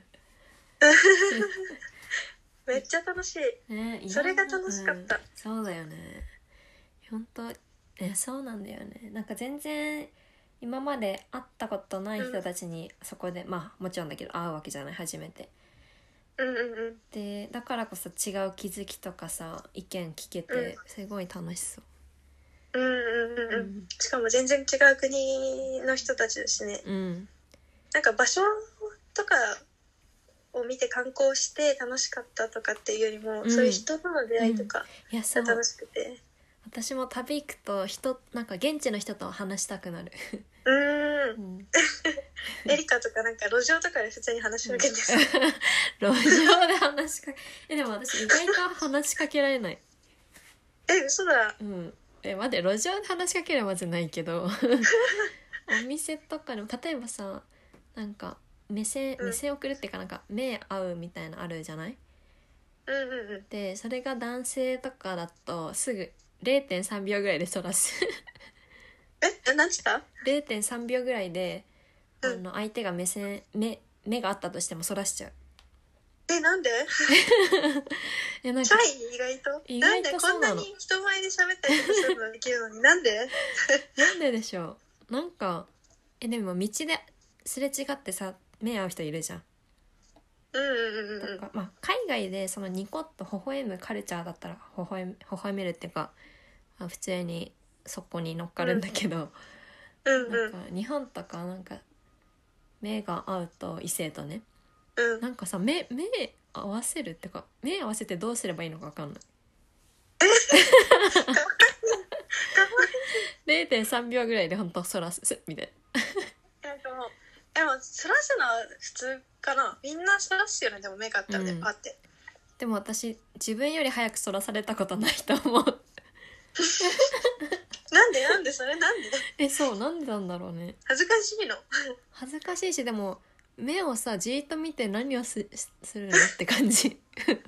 Speaker 2: めっちゃ楽しい、それが楽しかった。
Speaker 1: そうだよね、本当そうなんだよね。なんか全然今まで会ったことない人たちにそこで、まあもちろんだけど会うわけじゃない、初めて。でだからこそ違う気づきとかさ、意見聞けてすごい楽しそう。
Speaker 2: しかも全然違う国の人たちだしね、なんか場所とかを見て観光して楽しかったとかっていうよりも、そういう人との出会いとかが楽しくて、
Speaker 1: 私も旅行くとなんか現地の人と話したくなる
Speaker 2: エリカとかなんか路上とかで普通に話しかけてさ、
Speaker 1: 路上で話しかけでも私意外と話しかけられない。
Speaker 2: 嘘だ。
Speaker 1: 待って、路上で話しかけるはまずないけどお店とかでも例えばさ、なんか目線送るっていうか、なんか目合うみたいなあるじゃない？でそれが男性とかだとすぐ 0.3 秒ぐらいでそらす
Speaker 2: 何した
Speaker 1: 0.3 秒ぐらいで相手が目があったとしてもそらしちゃう。
Speaker 2: なんで
Speaker 1: なんか
Speaker 2: シャイ？意外とこんなに人前で喋ったりとかするのできるのになんで
Speaker 1: なんででしょう。なんかでも道ですれ違ってさ、目合う人いるじゃん。とか、まあ、海外でそのニコッと微笑むカルチャーだったら微笑めるっていうか、普通にそこに乗っかるんだけど、 なんか日本とかなんか目が合うと異性とね、なんかさ目合わせるってか目合わせてどうすればいいのか分かんない0.3 秒ぐらいでほんとそらすみたい
Speaker 2: な。でもそらすのは普通かな。みんなそらすよね。でも目があったらね、パって。
Speaker 1: でも私自分より早くそらされたことないと思う
Speaker 2: なんでそれなんで
Speaker 1: そうなんでなんだろうね。
Speaker 2: 恥ずかしいの
Speaker 1: 恥ずかしいし、でも目をさじーっと見て何をするのって感じ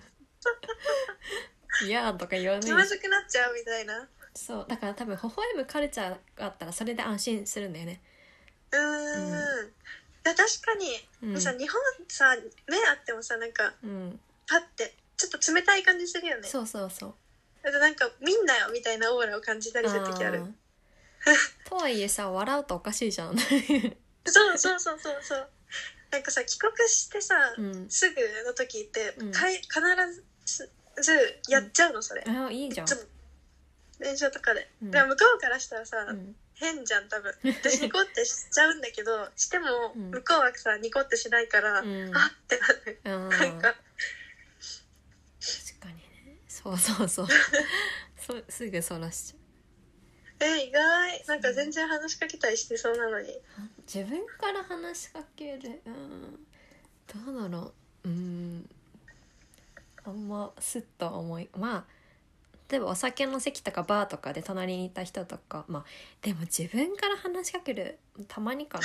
Speaker 1: いやーとか言わない。
Speaker 2: 気まずくなっちゃうみたいな。
Speaker 1: そうだから多分微笑むカルチャーがあったらそれで安心するんだよね。
Speaker 2: いや確かに、さ日本さ目あってもさなんか、パッてちょっと冷たい感じするよね。
Speaker 1: そうそうそう。
Speaker 2: あとなんか見んなよみたいなオーラを感じたりする時ある。
Speaker 1: とはいえさ笑うとおかしいじゃん
Speaker 2: そうなんかさ帰国してさ、すぐの時って、必ずやっちゃうのそれ。
Speaker 1: いいじゃん。
Speaker 2: 電車とかで、でも向こうからしたらさ、変じゃん多分。私ニコってしちゃうんだけどしても向こうはさニコってしないから、あってなる。なんか
Speaker 1: 確かにね。そうすぐそらしちゃう。
Speaker 2: 意外。なんか全然話しかけたりしてそうなのに。
Speaker 1: 自分から話しかける、どうだろう。あんまスッとは思い、まあ例えばお酒の席とかバーとかで隣にいた人とか、まあでも自分から話しかけるたまにかな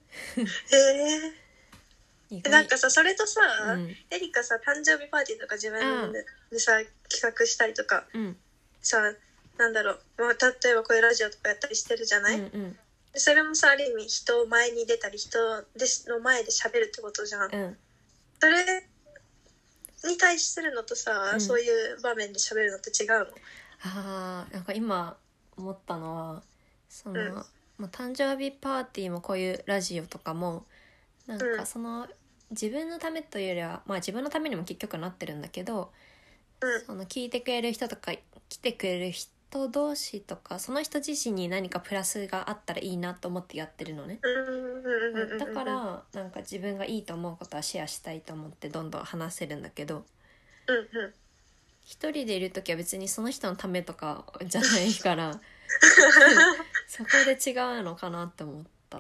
Speaker 2: なんかさそれとさ、エリカさ誕生日パーティーとか自分でさ企画したりとか、さなんだろう、まあ、例えばこういうラジオとかやったりしてるじゃない、それもさある意味人前に出たり人の前で喋るってことじゃん、それに対するのとさ、そういう場面で喋るのって違うの？
Speaker 1: なんか今思ったのはその、まあ、誕生日パーティーもこういうラジオとかもなんかその、自分のためというよりはまあ自分のためにも結局なってるんだけど、その聞いてくれる人とか来てくれる人同士とかその人自身に何かプラスがあったらいいなと思ってやってるのね。だからなんか自分がいいと思うことはシェアしたいと思ってどんどん話せるんだけど、一人でいる時は別にその人のためとかじゃないからそこで違うのかなって思った。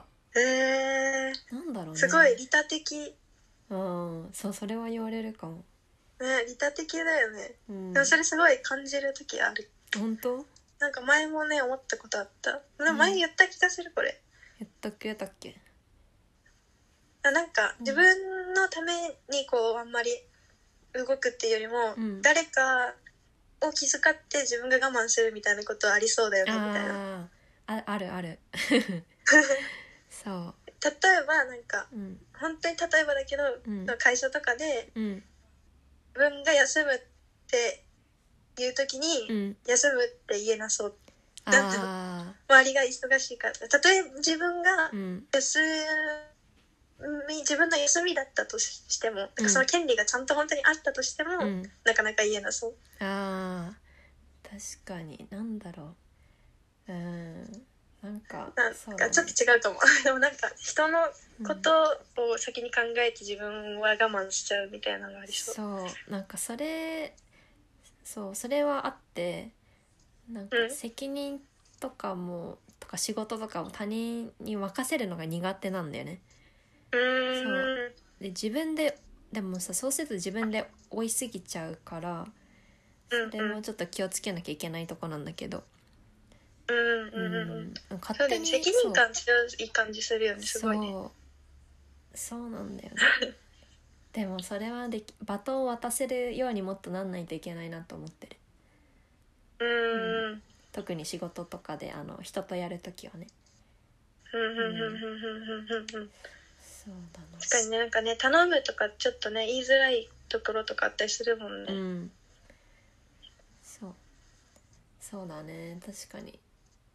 Speaker 1: なんだろうね。
Speaker 2: すごい利他的。
Speaker 1: そうそれは言われるかも。
Speaker 2: 利他的だよね。でもそれすごい感じる時ある。
Speaker 1: 本当？
Speaker 2: なんか前もね思ったことあった。でも前言った気がするこれ。
Speaker 1: 言ったっけ？
Speaker 2: なんか自分のためにこうあんまり動くっていうよりも、誰かを気遣って自分が我慢するみたいなことありそうだよねみたいな。
Speaker 1: あるそう。
Speaker 2: 例えばなんか、本当に例えばだけど、会社とかで、自分が休むっていう時に、休むって言えなそう。なんていうの、周りが忙しいから。たとえ自分が自分の休みだったとしても、その権利がちゃんと本当にあったとしても、なかなか言えなそう。
Speaker 1: 確かに。なんだろう。なんか
Speaker 2: ちょっと違うかもでもなんか人のことを先に考えて自分は我慢しちゃうみたいなのがありそう。
Speaker 1: そうなんかそれはあって、なんか責任とか仕事とかも他人に任せるのが苦手なんだよね。そうで自分でもさ、そうすると自分で追いすぎちゃうから、それもちょっと気をつけなきゃいけないとこなんだけど、
Speaker 2: 勝手に責任感強い感じするよね。すごいね。
Speaker 1: そうなんだよねでもそれはバトンを渡せるようにもっとなんないといけないなと思ってる。特に仕事とかで人とやるときはね。そうだな。
Speaker 2: 確かにね、なんかね頼むとかちょっとね言いづらいところとかあったりするもんね。
Speaker 1: そうだね、確かに。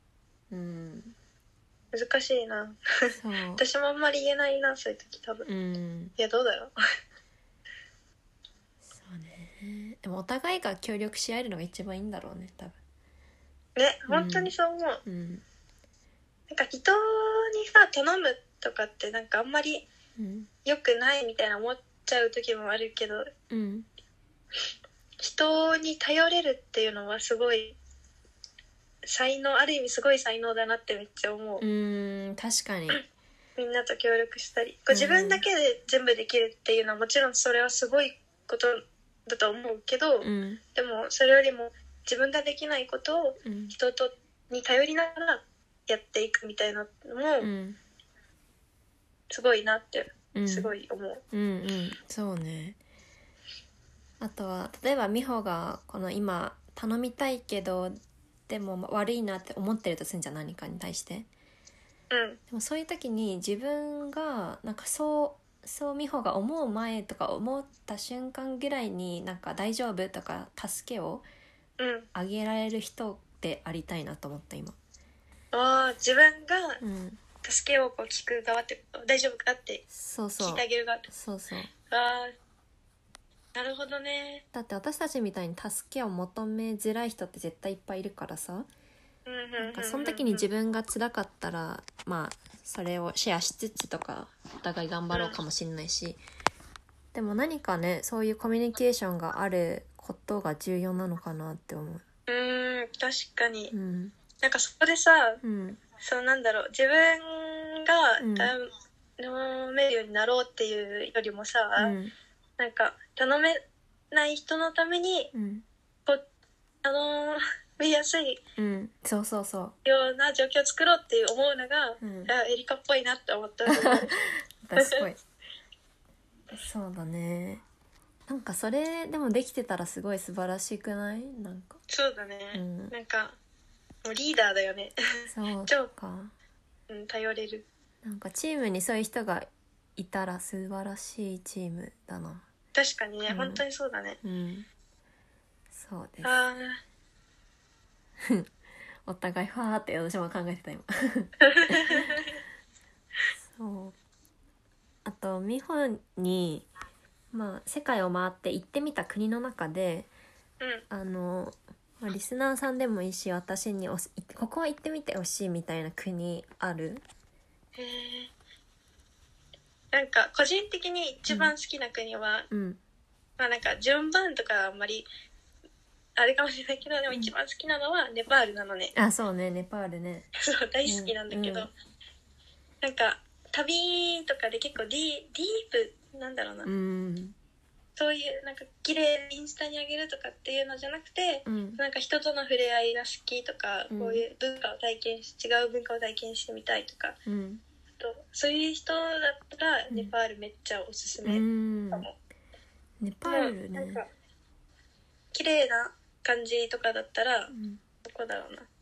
Speaker 2: 難しいな私もあんまり言えないな、そういう時多分。いやどうだろう
Speaker 1: そうね。でもお互いが協力し合えるのが一番いいんだろうね、多分
Speaker 2: ね。本当にそう思う。 なんか人にさ頼むとかってなんかあんまり良くないみたいな思っちゃう時もあるけど、
Speaker 1: うん、
Speaker 2: 人に頼れるっていうのはすごいある意味すごい才能だなってめっちゃ思う。
Speaker 1: 確かに
Speaker 2: みんなと協力したり、自分だけで全部できるっていうのはもちろんそれはすごいことだと思うけど、でもそれよりも自分ができないことを人に頼りながらやっていくみたいなのもすごいなってすごい思う。
Speaker 1: そうね。あとは例えば美穂がこの今頼みたいけどでも悪いなって思ってるとするんじゃん、何かに対して。でもそういう時に自分がなんかそう美穂が思う前とか思った瞬間ぐらいになんか大丈夫とか助けをあげられる人でありたいなと思った今。
Speaker 2: 自分が助けをこう聞く側ってこと、大丈夫かって聞いてあげる側って。
Speaker 1: そう
Speaker 2: なるほどね。
Speaker 1: だって私たちみたいに助けを求めづらい人って絶対いっぱいいるからさ、なんかその時に自分が辛かったらまあそれをシェアしつつとかお互い頑張ろうかもしれないし、でも何かねそういうコミュニケーションがあることが重要なのかなって思う。
Speaker 2: 確かに、なんかそこでさ、そうなんだろう、自分が頼めるようになろうっていうよりもさ、なんか頼めない人のために、こう見やすいような状況を作ろうっていう思うのが、エリカっぽいなって思った
Speaker 1: 私っぽいそうだね。なんかそれでもできてたらすごい素晴らしくない？なんか
Speaker 2: そうだね、なんかもうリーダーだよね。
Speaker 1: そうか
Speaker 2: 頼れる。
Speaker 1: なんかチームにそういう人がいたら素晴らしいチームだな。
Speaker 2: 確かにね、本当にそうだね。
Speaker 1: そうですお互いファーって私も考えてた今そうあと美穂に世界を回って行ってみた国の中で、リスナーさんでもいいし私にここは行ってみてほしいみたいな国ある？
Speaker 2: なんか個人的に一番好きな国は、なんか順番とかあんまりあれかもしれないけど、でも一番好きなのはネパールなのね。
Speaker 1: そうね、ネパールね。
Speaker 2: そう大好きなんだけど、なんか旅とかで結構ディープなんだろうな、そういうなんか綺麗にインスタにあげるとかっていうのじゃなくて、なんか人との触れ合いが好きとか、こういう文化を違う文化を体験してみたいとか、そういう人だったらネパールめっちゃおすすめかも。
Speaker 1: ネパールね、
Speaker 2: なんか綺麗な感じとかだったら、どこだろうな、ど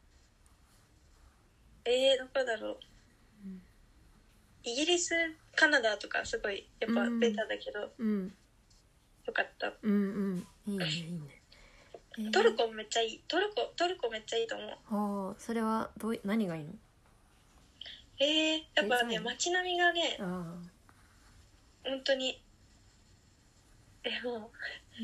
Speaker 2: こだろう、イギリスカナダとかすごいやっぱベタだけど、よかった。
Speaker 1: いいねいい
Speaker 2: ね。トルコめっちゃいい。トルコめっちゃいいと思
Speaker 1: う。それは何がいいの？
Speaker 2: やっぱね、街並みがね、本当にも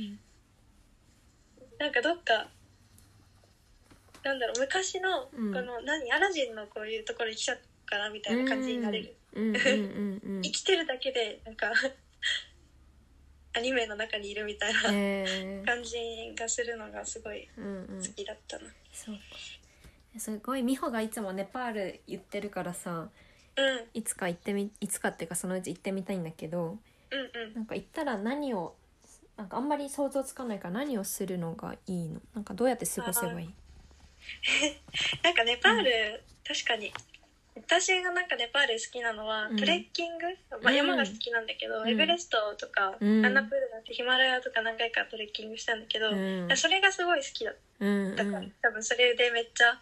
Speaker 2: う、なんかどっかなんだろう、昔のこのアラジンのこういうところに来ちゃったかなみたいな感じになれる。生きてるだけでなんかアニメの中にいるみたいな感じがするのがすごい好きだったな。
Speaker 1: そうか。すごい美穂がいつもネパール言ってるからさ、いつかっていうかそのうち行ってみたいんだけど、なんか行ったら何をなんかあんまり想像つかないから何をするのがいいの？なんかどうやって過ごせばいい？
Speaker 2: なんかネパール、確かに私がなんかネパール好きなのは、トレッキング、山が好きなんだけど、エベレストとか、アンナプールだってヒマラヤとか何回かトレッキングしたんだけど、それがすごい好きだった、だから多分それでめっちゃ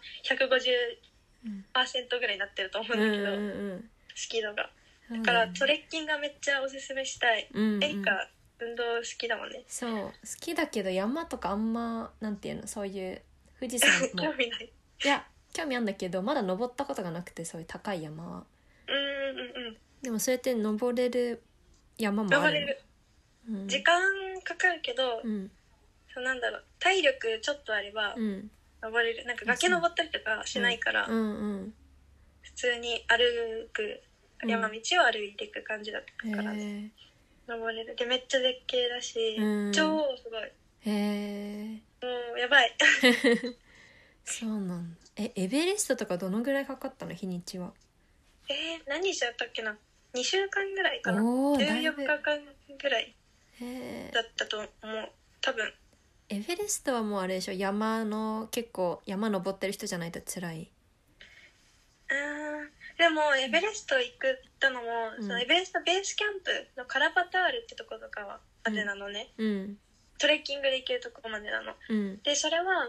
Speaker 2: 150% ぐらいになってると思うんだけど、好き度がだからトレッキングがめっちゃおすすめしたい。エリカ運動好きだもんね。
Speaker 1: そう好きだけど山とかあんまなんていうの、そういう富士山も
Speaker 2: 興味ない。
Speaker 1: いや興味あるんだけどまだ登ったことがなくて、そういう高い山は。でもそうやって登れる山もある。
Speaker 2: 登れる、時間かかるけど、そうなんだろう、体力ちょっとあれば登れる。なんか崖登ったりとかしないから、 通に歩く、山道を歩いていく感じだったからね、登れる。でめっちゃ絶景だし、超すごい。もうやばい
Speaker 1: そうなんだ。エベレストとかどのぐらいかかったの、日にちは。
Speaker 2: 何日だったっけな、2週間ぐらいかな、14日間ぐらいだったと思う多分。
Speaker 1: エベレストはもうあれでしょ、結構山登ってる人じゃないと辛い。
Speaker 2: でもエベレスト行ったのも、そのエベレストベースキャンプのカラパタールってとことかまでなのね、トレッキングで行けるとこまでなの、でそれは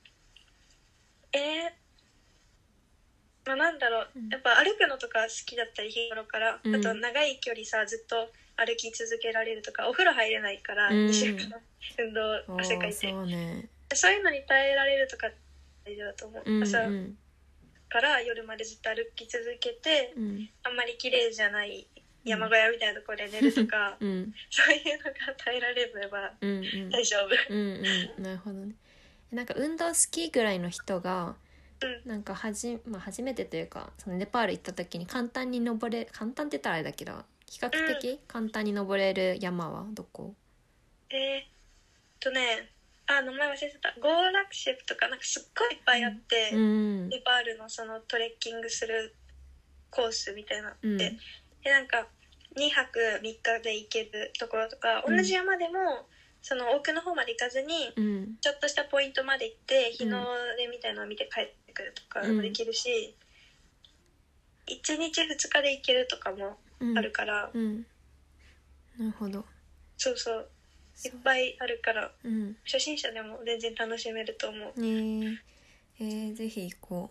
Speaker 2: なんだろう、やっぱ歩くのとか好きだったり日頃から、あと長い距離さずっと歩き続けられるとか、お風呂入れないから、2週間運動汗かいて、そういうのに耐えられるとか大丈夫だと思う、朝から夜までずっと歩き続けて、あんまり綺麗じゃない山小屋みたいなところで寝るとか、そういうのが耐えられれば大丈夫。
Speaker 1: なるほどね。なんか運動好きぐらいの人がなんか初めてというか、そのネパール行った時に簡単って言ったらあれだけど、比較的簡単に登れる山はどこ？
Speaker 2: 名前忘れてた。ゴーラクシェプとかなんかすっごいいっぱいあって、ネパールのそのトレッキングするコースみたいなのって、でなんか2泊3日で行けるところとか、同じ山でもその奥の方まで行かずに、ちょっとしたポイントまで行って日の出みたいなのを見て帰ってくるとかもできるし、1日2日で行けるとかもあるから、
Speaker 1: なるほど。
Speaker 2: そうそういっぱいあるから、初心者でも全然楽しめると思う。
Speaker 1: ぜひ行こ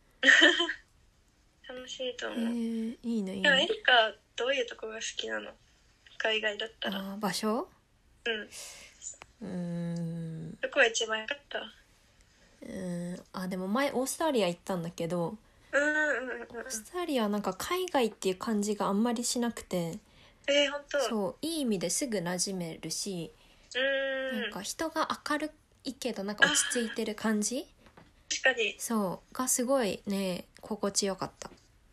Speaker 2: う楽しいと思う。
Speaker 1: いいね。
Speaker 2: でもエリカどういうとこが好きなの？海外だったら。
Speaker 1: 場所？
Speaker 2: どこが一番良かった？
Speaker 1: でも前オーストラリア行ったんだけど、オーストラリアはなんか海外っていう感じがあんまりしなくて、
Speaker 2: 本当？
Speaker 1: そういい意味ですぐ馴染めるし、なんか人が明るいけどなんか落ち着いてる感じ、
Speaker 2: 確かに
Speaker 1: そうがすごいね心地よかった。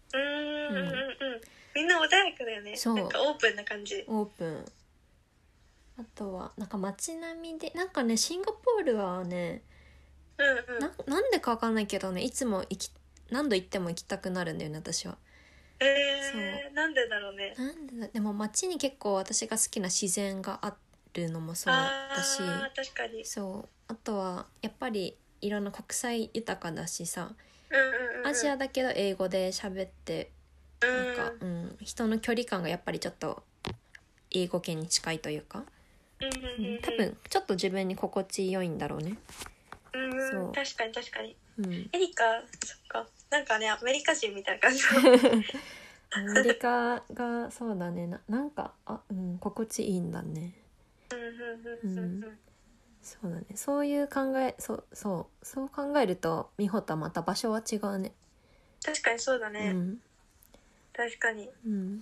Speaker 2: みんな穏やかだよね。なんかオープンな感じ。
Speaker 1: オープン。あとはなんか街並みでなんかね、シンガポールはね、なんでか分かんないけどね、いつも何度行っても行きたくなるんだよね私は。
Speaker 2: そうなんでだろうね。
Speaker 1: でも街に結構私が好きな自然があるのもそうだし、
Speaker 2: 確かに。
Speaker 1: そうあとはやっぱりいろんな国際豊かだしさ、アジアだけど英語で喋ってなんか、人の距離感がやっぱりちょっと英語圏に近いというか、多分ちょっと自分に心地よいんだろうね。
Speaker 2: そう確かに確かに、エリカそっか、なんかねアメリカ人みたいな感じ
Speaker 1: アメリカがそうだね、なんか心地いいんだね。そうだね、そういう考え、そう考えると美穂とはまた場所は違うね。
Speaker 2: 確かにそうだね、確かに、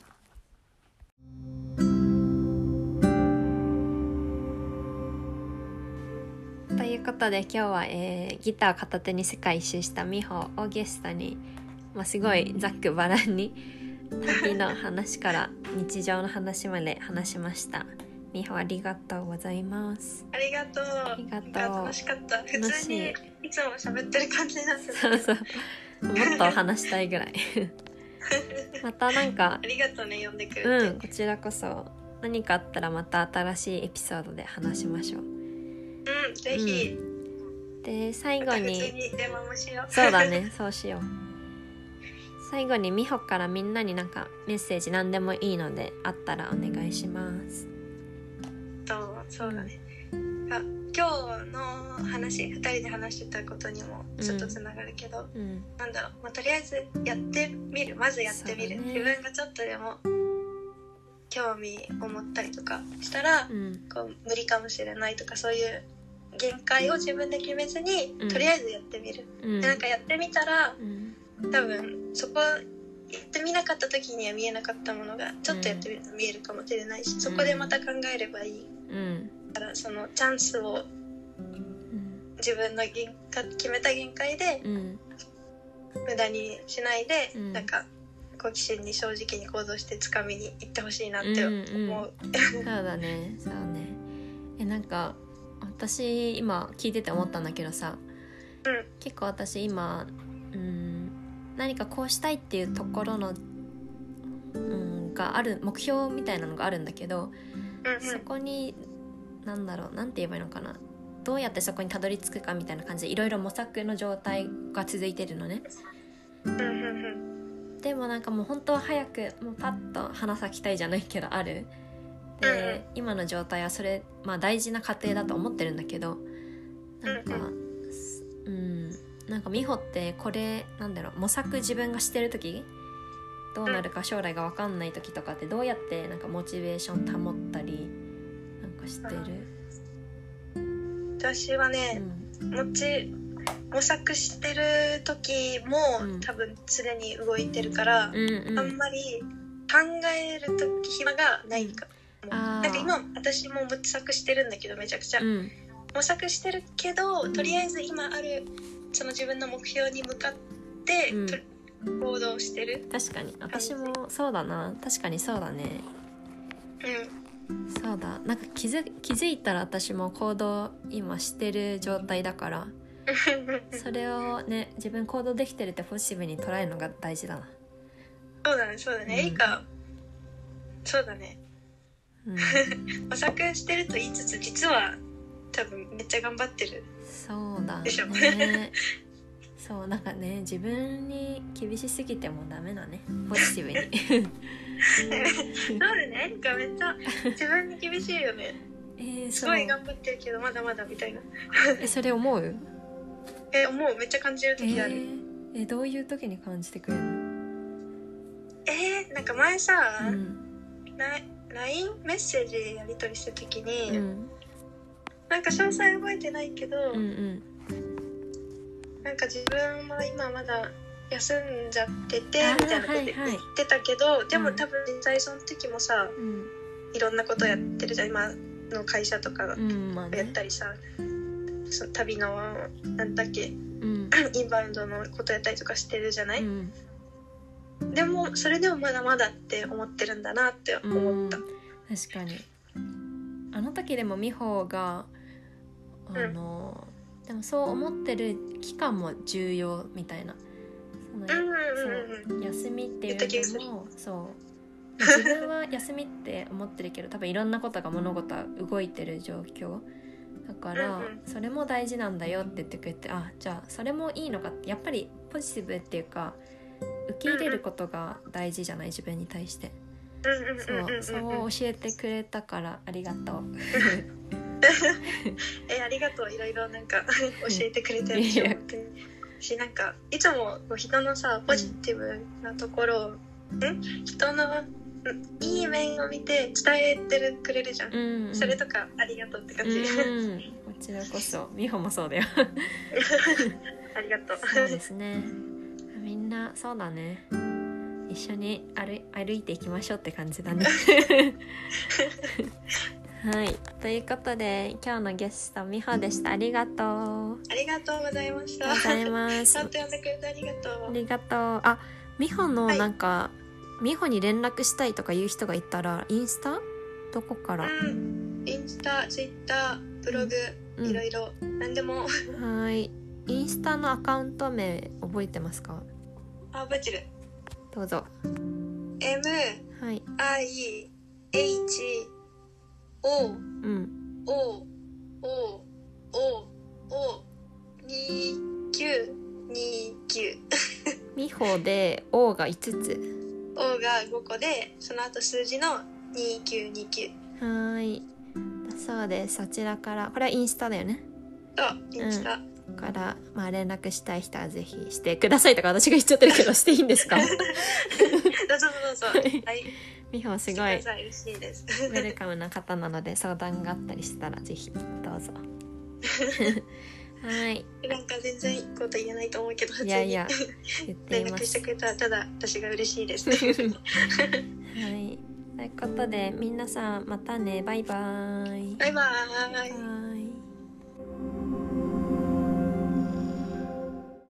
Speaker 1: ということで今日は、ギター片手に世界一周した美穂をゲストに、すごいざっくばらんに旅の話から日常の話まで話しました。美穂ありがとうございます。
Speaker 2: ありがとう。楽しかった。普通にいつも喋ってる感じなんですけど。
Speaker 1: そうもっと話したいぐらいまたなんか
Speaker 2: ありがとうね、呼んでくれて。
Speaker 1: こちらこそ何かあったらまた新しいエピソードで話しましょう。
Speaker 2: ぜひ、
Speaker 1: で最後に、
Speaker 2: 普通に電話もしよう。
Speaker 1: そうだね、そうしよう。最後に美穂からみんなになんかメッセージ何でもいいのであったらお願いします。
Speaker 2: そうだね、今日の話、2人で話してたことにもちょっとつながるけど、なんだろう、とりあえずやってみる、まずやってみる、自分がちょっとでも興味を持ったりとかしたら、こう無理かもしれないとか、そういう限界を自分で決めずに、とりあえずやってみる、でなんかやってみたら、多分そこやってみなかった時には見えなかったものがちょっとやってみると見えるかもしれないし、そこでまた考えればいい、だからそのチャンスを自分の決めた限界で無駄にしないで、
Speaker 1: うん、
Speaker 2: なんか好奇心に正直に行動して掴みに行ってほしいなって思う、
Speaker 1: そうだねそうね。なんか私今聞いてて思ったんだけどさ、結構私今、何かこうしたいっていうところの、がある目標みたいなのがあるんだけど、そこになんて言えばいいのかな、どうやってそこにたどり着くかみたいな感じでいろいろ模索の状態が続いてるのね。でもなんかもう本当は早くもうパッと花咲きたいじゃないけどあるで、今の状態はそれ、大事な過程だと思ってるんだけど、なんか美穂ってこれ模索自分がしてる時どうなるか将来が分かんない時とかってどうやってなんかモチベーション保ったりなんかしてる？
Speaker 2: 私はね、模索してる時も、多分すでに動いてるから、あんまり考える時暇がないかも。なんか今私も模索してるんだけどめちゃくちゃ、模索してるけどとりあえず今あるその自分の目標に向かって、行動してる。
Speaker 1: 確かに私もそうだな。確かにそうだね。そうだ、なんか気づいたら私も行動今してる状態だからそれをね自分行動できてるってポジティブに捉えるのが大事だな。
Speaker 2: そうだね、いいか。そうだね、模索してると言いつつ実は多分めっちゃ頑張ってる。
Speaker 1: そうだ
Speaker 2: でしょ
Speaker 1: ねそうなんかね自分に厳しすぎてもダメだね、ポジティブに
Speaker 2: そうだね、なんかめっちゃ自分に厳しいよねすごい頑張ってるけどまだまだみたいな
Speaker 1: それ思う？
Speaker 2: 思う、めっちゃ感じる時ある。
Speaker 1: どういう時に感じてくれるの？
Speaker 2: なんか前さ、LINE メッセージやり取りした時に、なんか詳細覚えてないけど、なんか自分は今まだ休んじゃっててみたいなこと言ってたけど、でも多分実際その時もさ、いろんなことやってるじゃん。今の会社とかやったりさ、その旅のなんだっけ、インバウンドのことやったりとかしてるじゃない、でもそれでもまだまだって思ってるんだなって思った。
Speaker 1: 確かにあの時でも美穂がでもそう思ってる期間も重要みたいな、そう休みっていうのもそう自分は休みって思ってるけど多分いろんなことが物事は動いてる状況だから、それも大事なんだよって言ってくれて、じゃあそれもいいのかって、やっぱりポジティブっていうか受け入れることが大事じゃない、自分に対して。そう教えてくれたからありがとう
Speaker 2: ありがとう、いろいろなんか教えてくれてるし、なんかいつも人のさポジティブなところを、人のいい面を見て伝えてくれるじゃん、それとかありがとうって感じ、
Speaker 1: こちらこそ。美穂もそうだよ
Speaker 2: ありがとう。
Speaker 1: そうですね、みんなそうだね、一緒に歩いていきましょうって感じだねはい、ということで今日のゲスト美穂でした。ありがとう。
Speaker 2: ありがとうございました。
Speaker 1: ありがとうございます。
Speaker 2: ちゃんと呼んでくれてありがとう。
Speaker 1: ありがとう。美穂のなんか、美穂に連絡したいとかいう人がいたらインスタどこから？
Speaker 2: インスタ、ツイッター、ブログ、いろいろ何でも。
Speaker 1: はい。インスタのアカウント名覚えてますか？
Speaker 2: 覚えてる。
Speaker 1: どうぞ。
Speaker 2: MIHO-O-O-O-2929
Speaker 1: 美穂で O が5つ
Speaker 2: O が5個でその後数字の2929。
Speaker 1: はい、そうです。そちらからこれはインスタだよね。
Speaker 2: インスタ、
Speaker 1: から、連絡したい人はぜひしてくださいとか私が言っちゃってるけどしていいんですか？
Speaker 2: どうぞはい、
Speaker 1: 美穂すごい
Speaker 2: 嬉しいです
Speaker 1: ウェルカムな方なので相談があったりしたらぜひどうぞはい、
Speaker 2: なんか全然いいこと言えないと思うけど、
Speaker 1: いやいや言っています。
Speaker 2: 連絡してくれたらただ私が嬉しいですはい
Speaker 1: ということで皆さんまたね、バイバイ。
Speaker 2: バイバイ。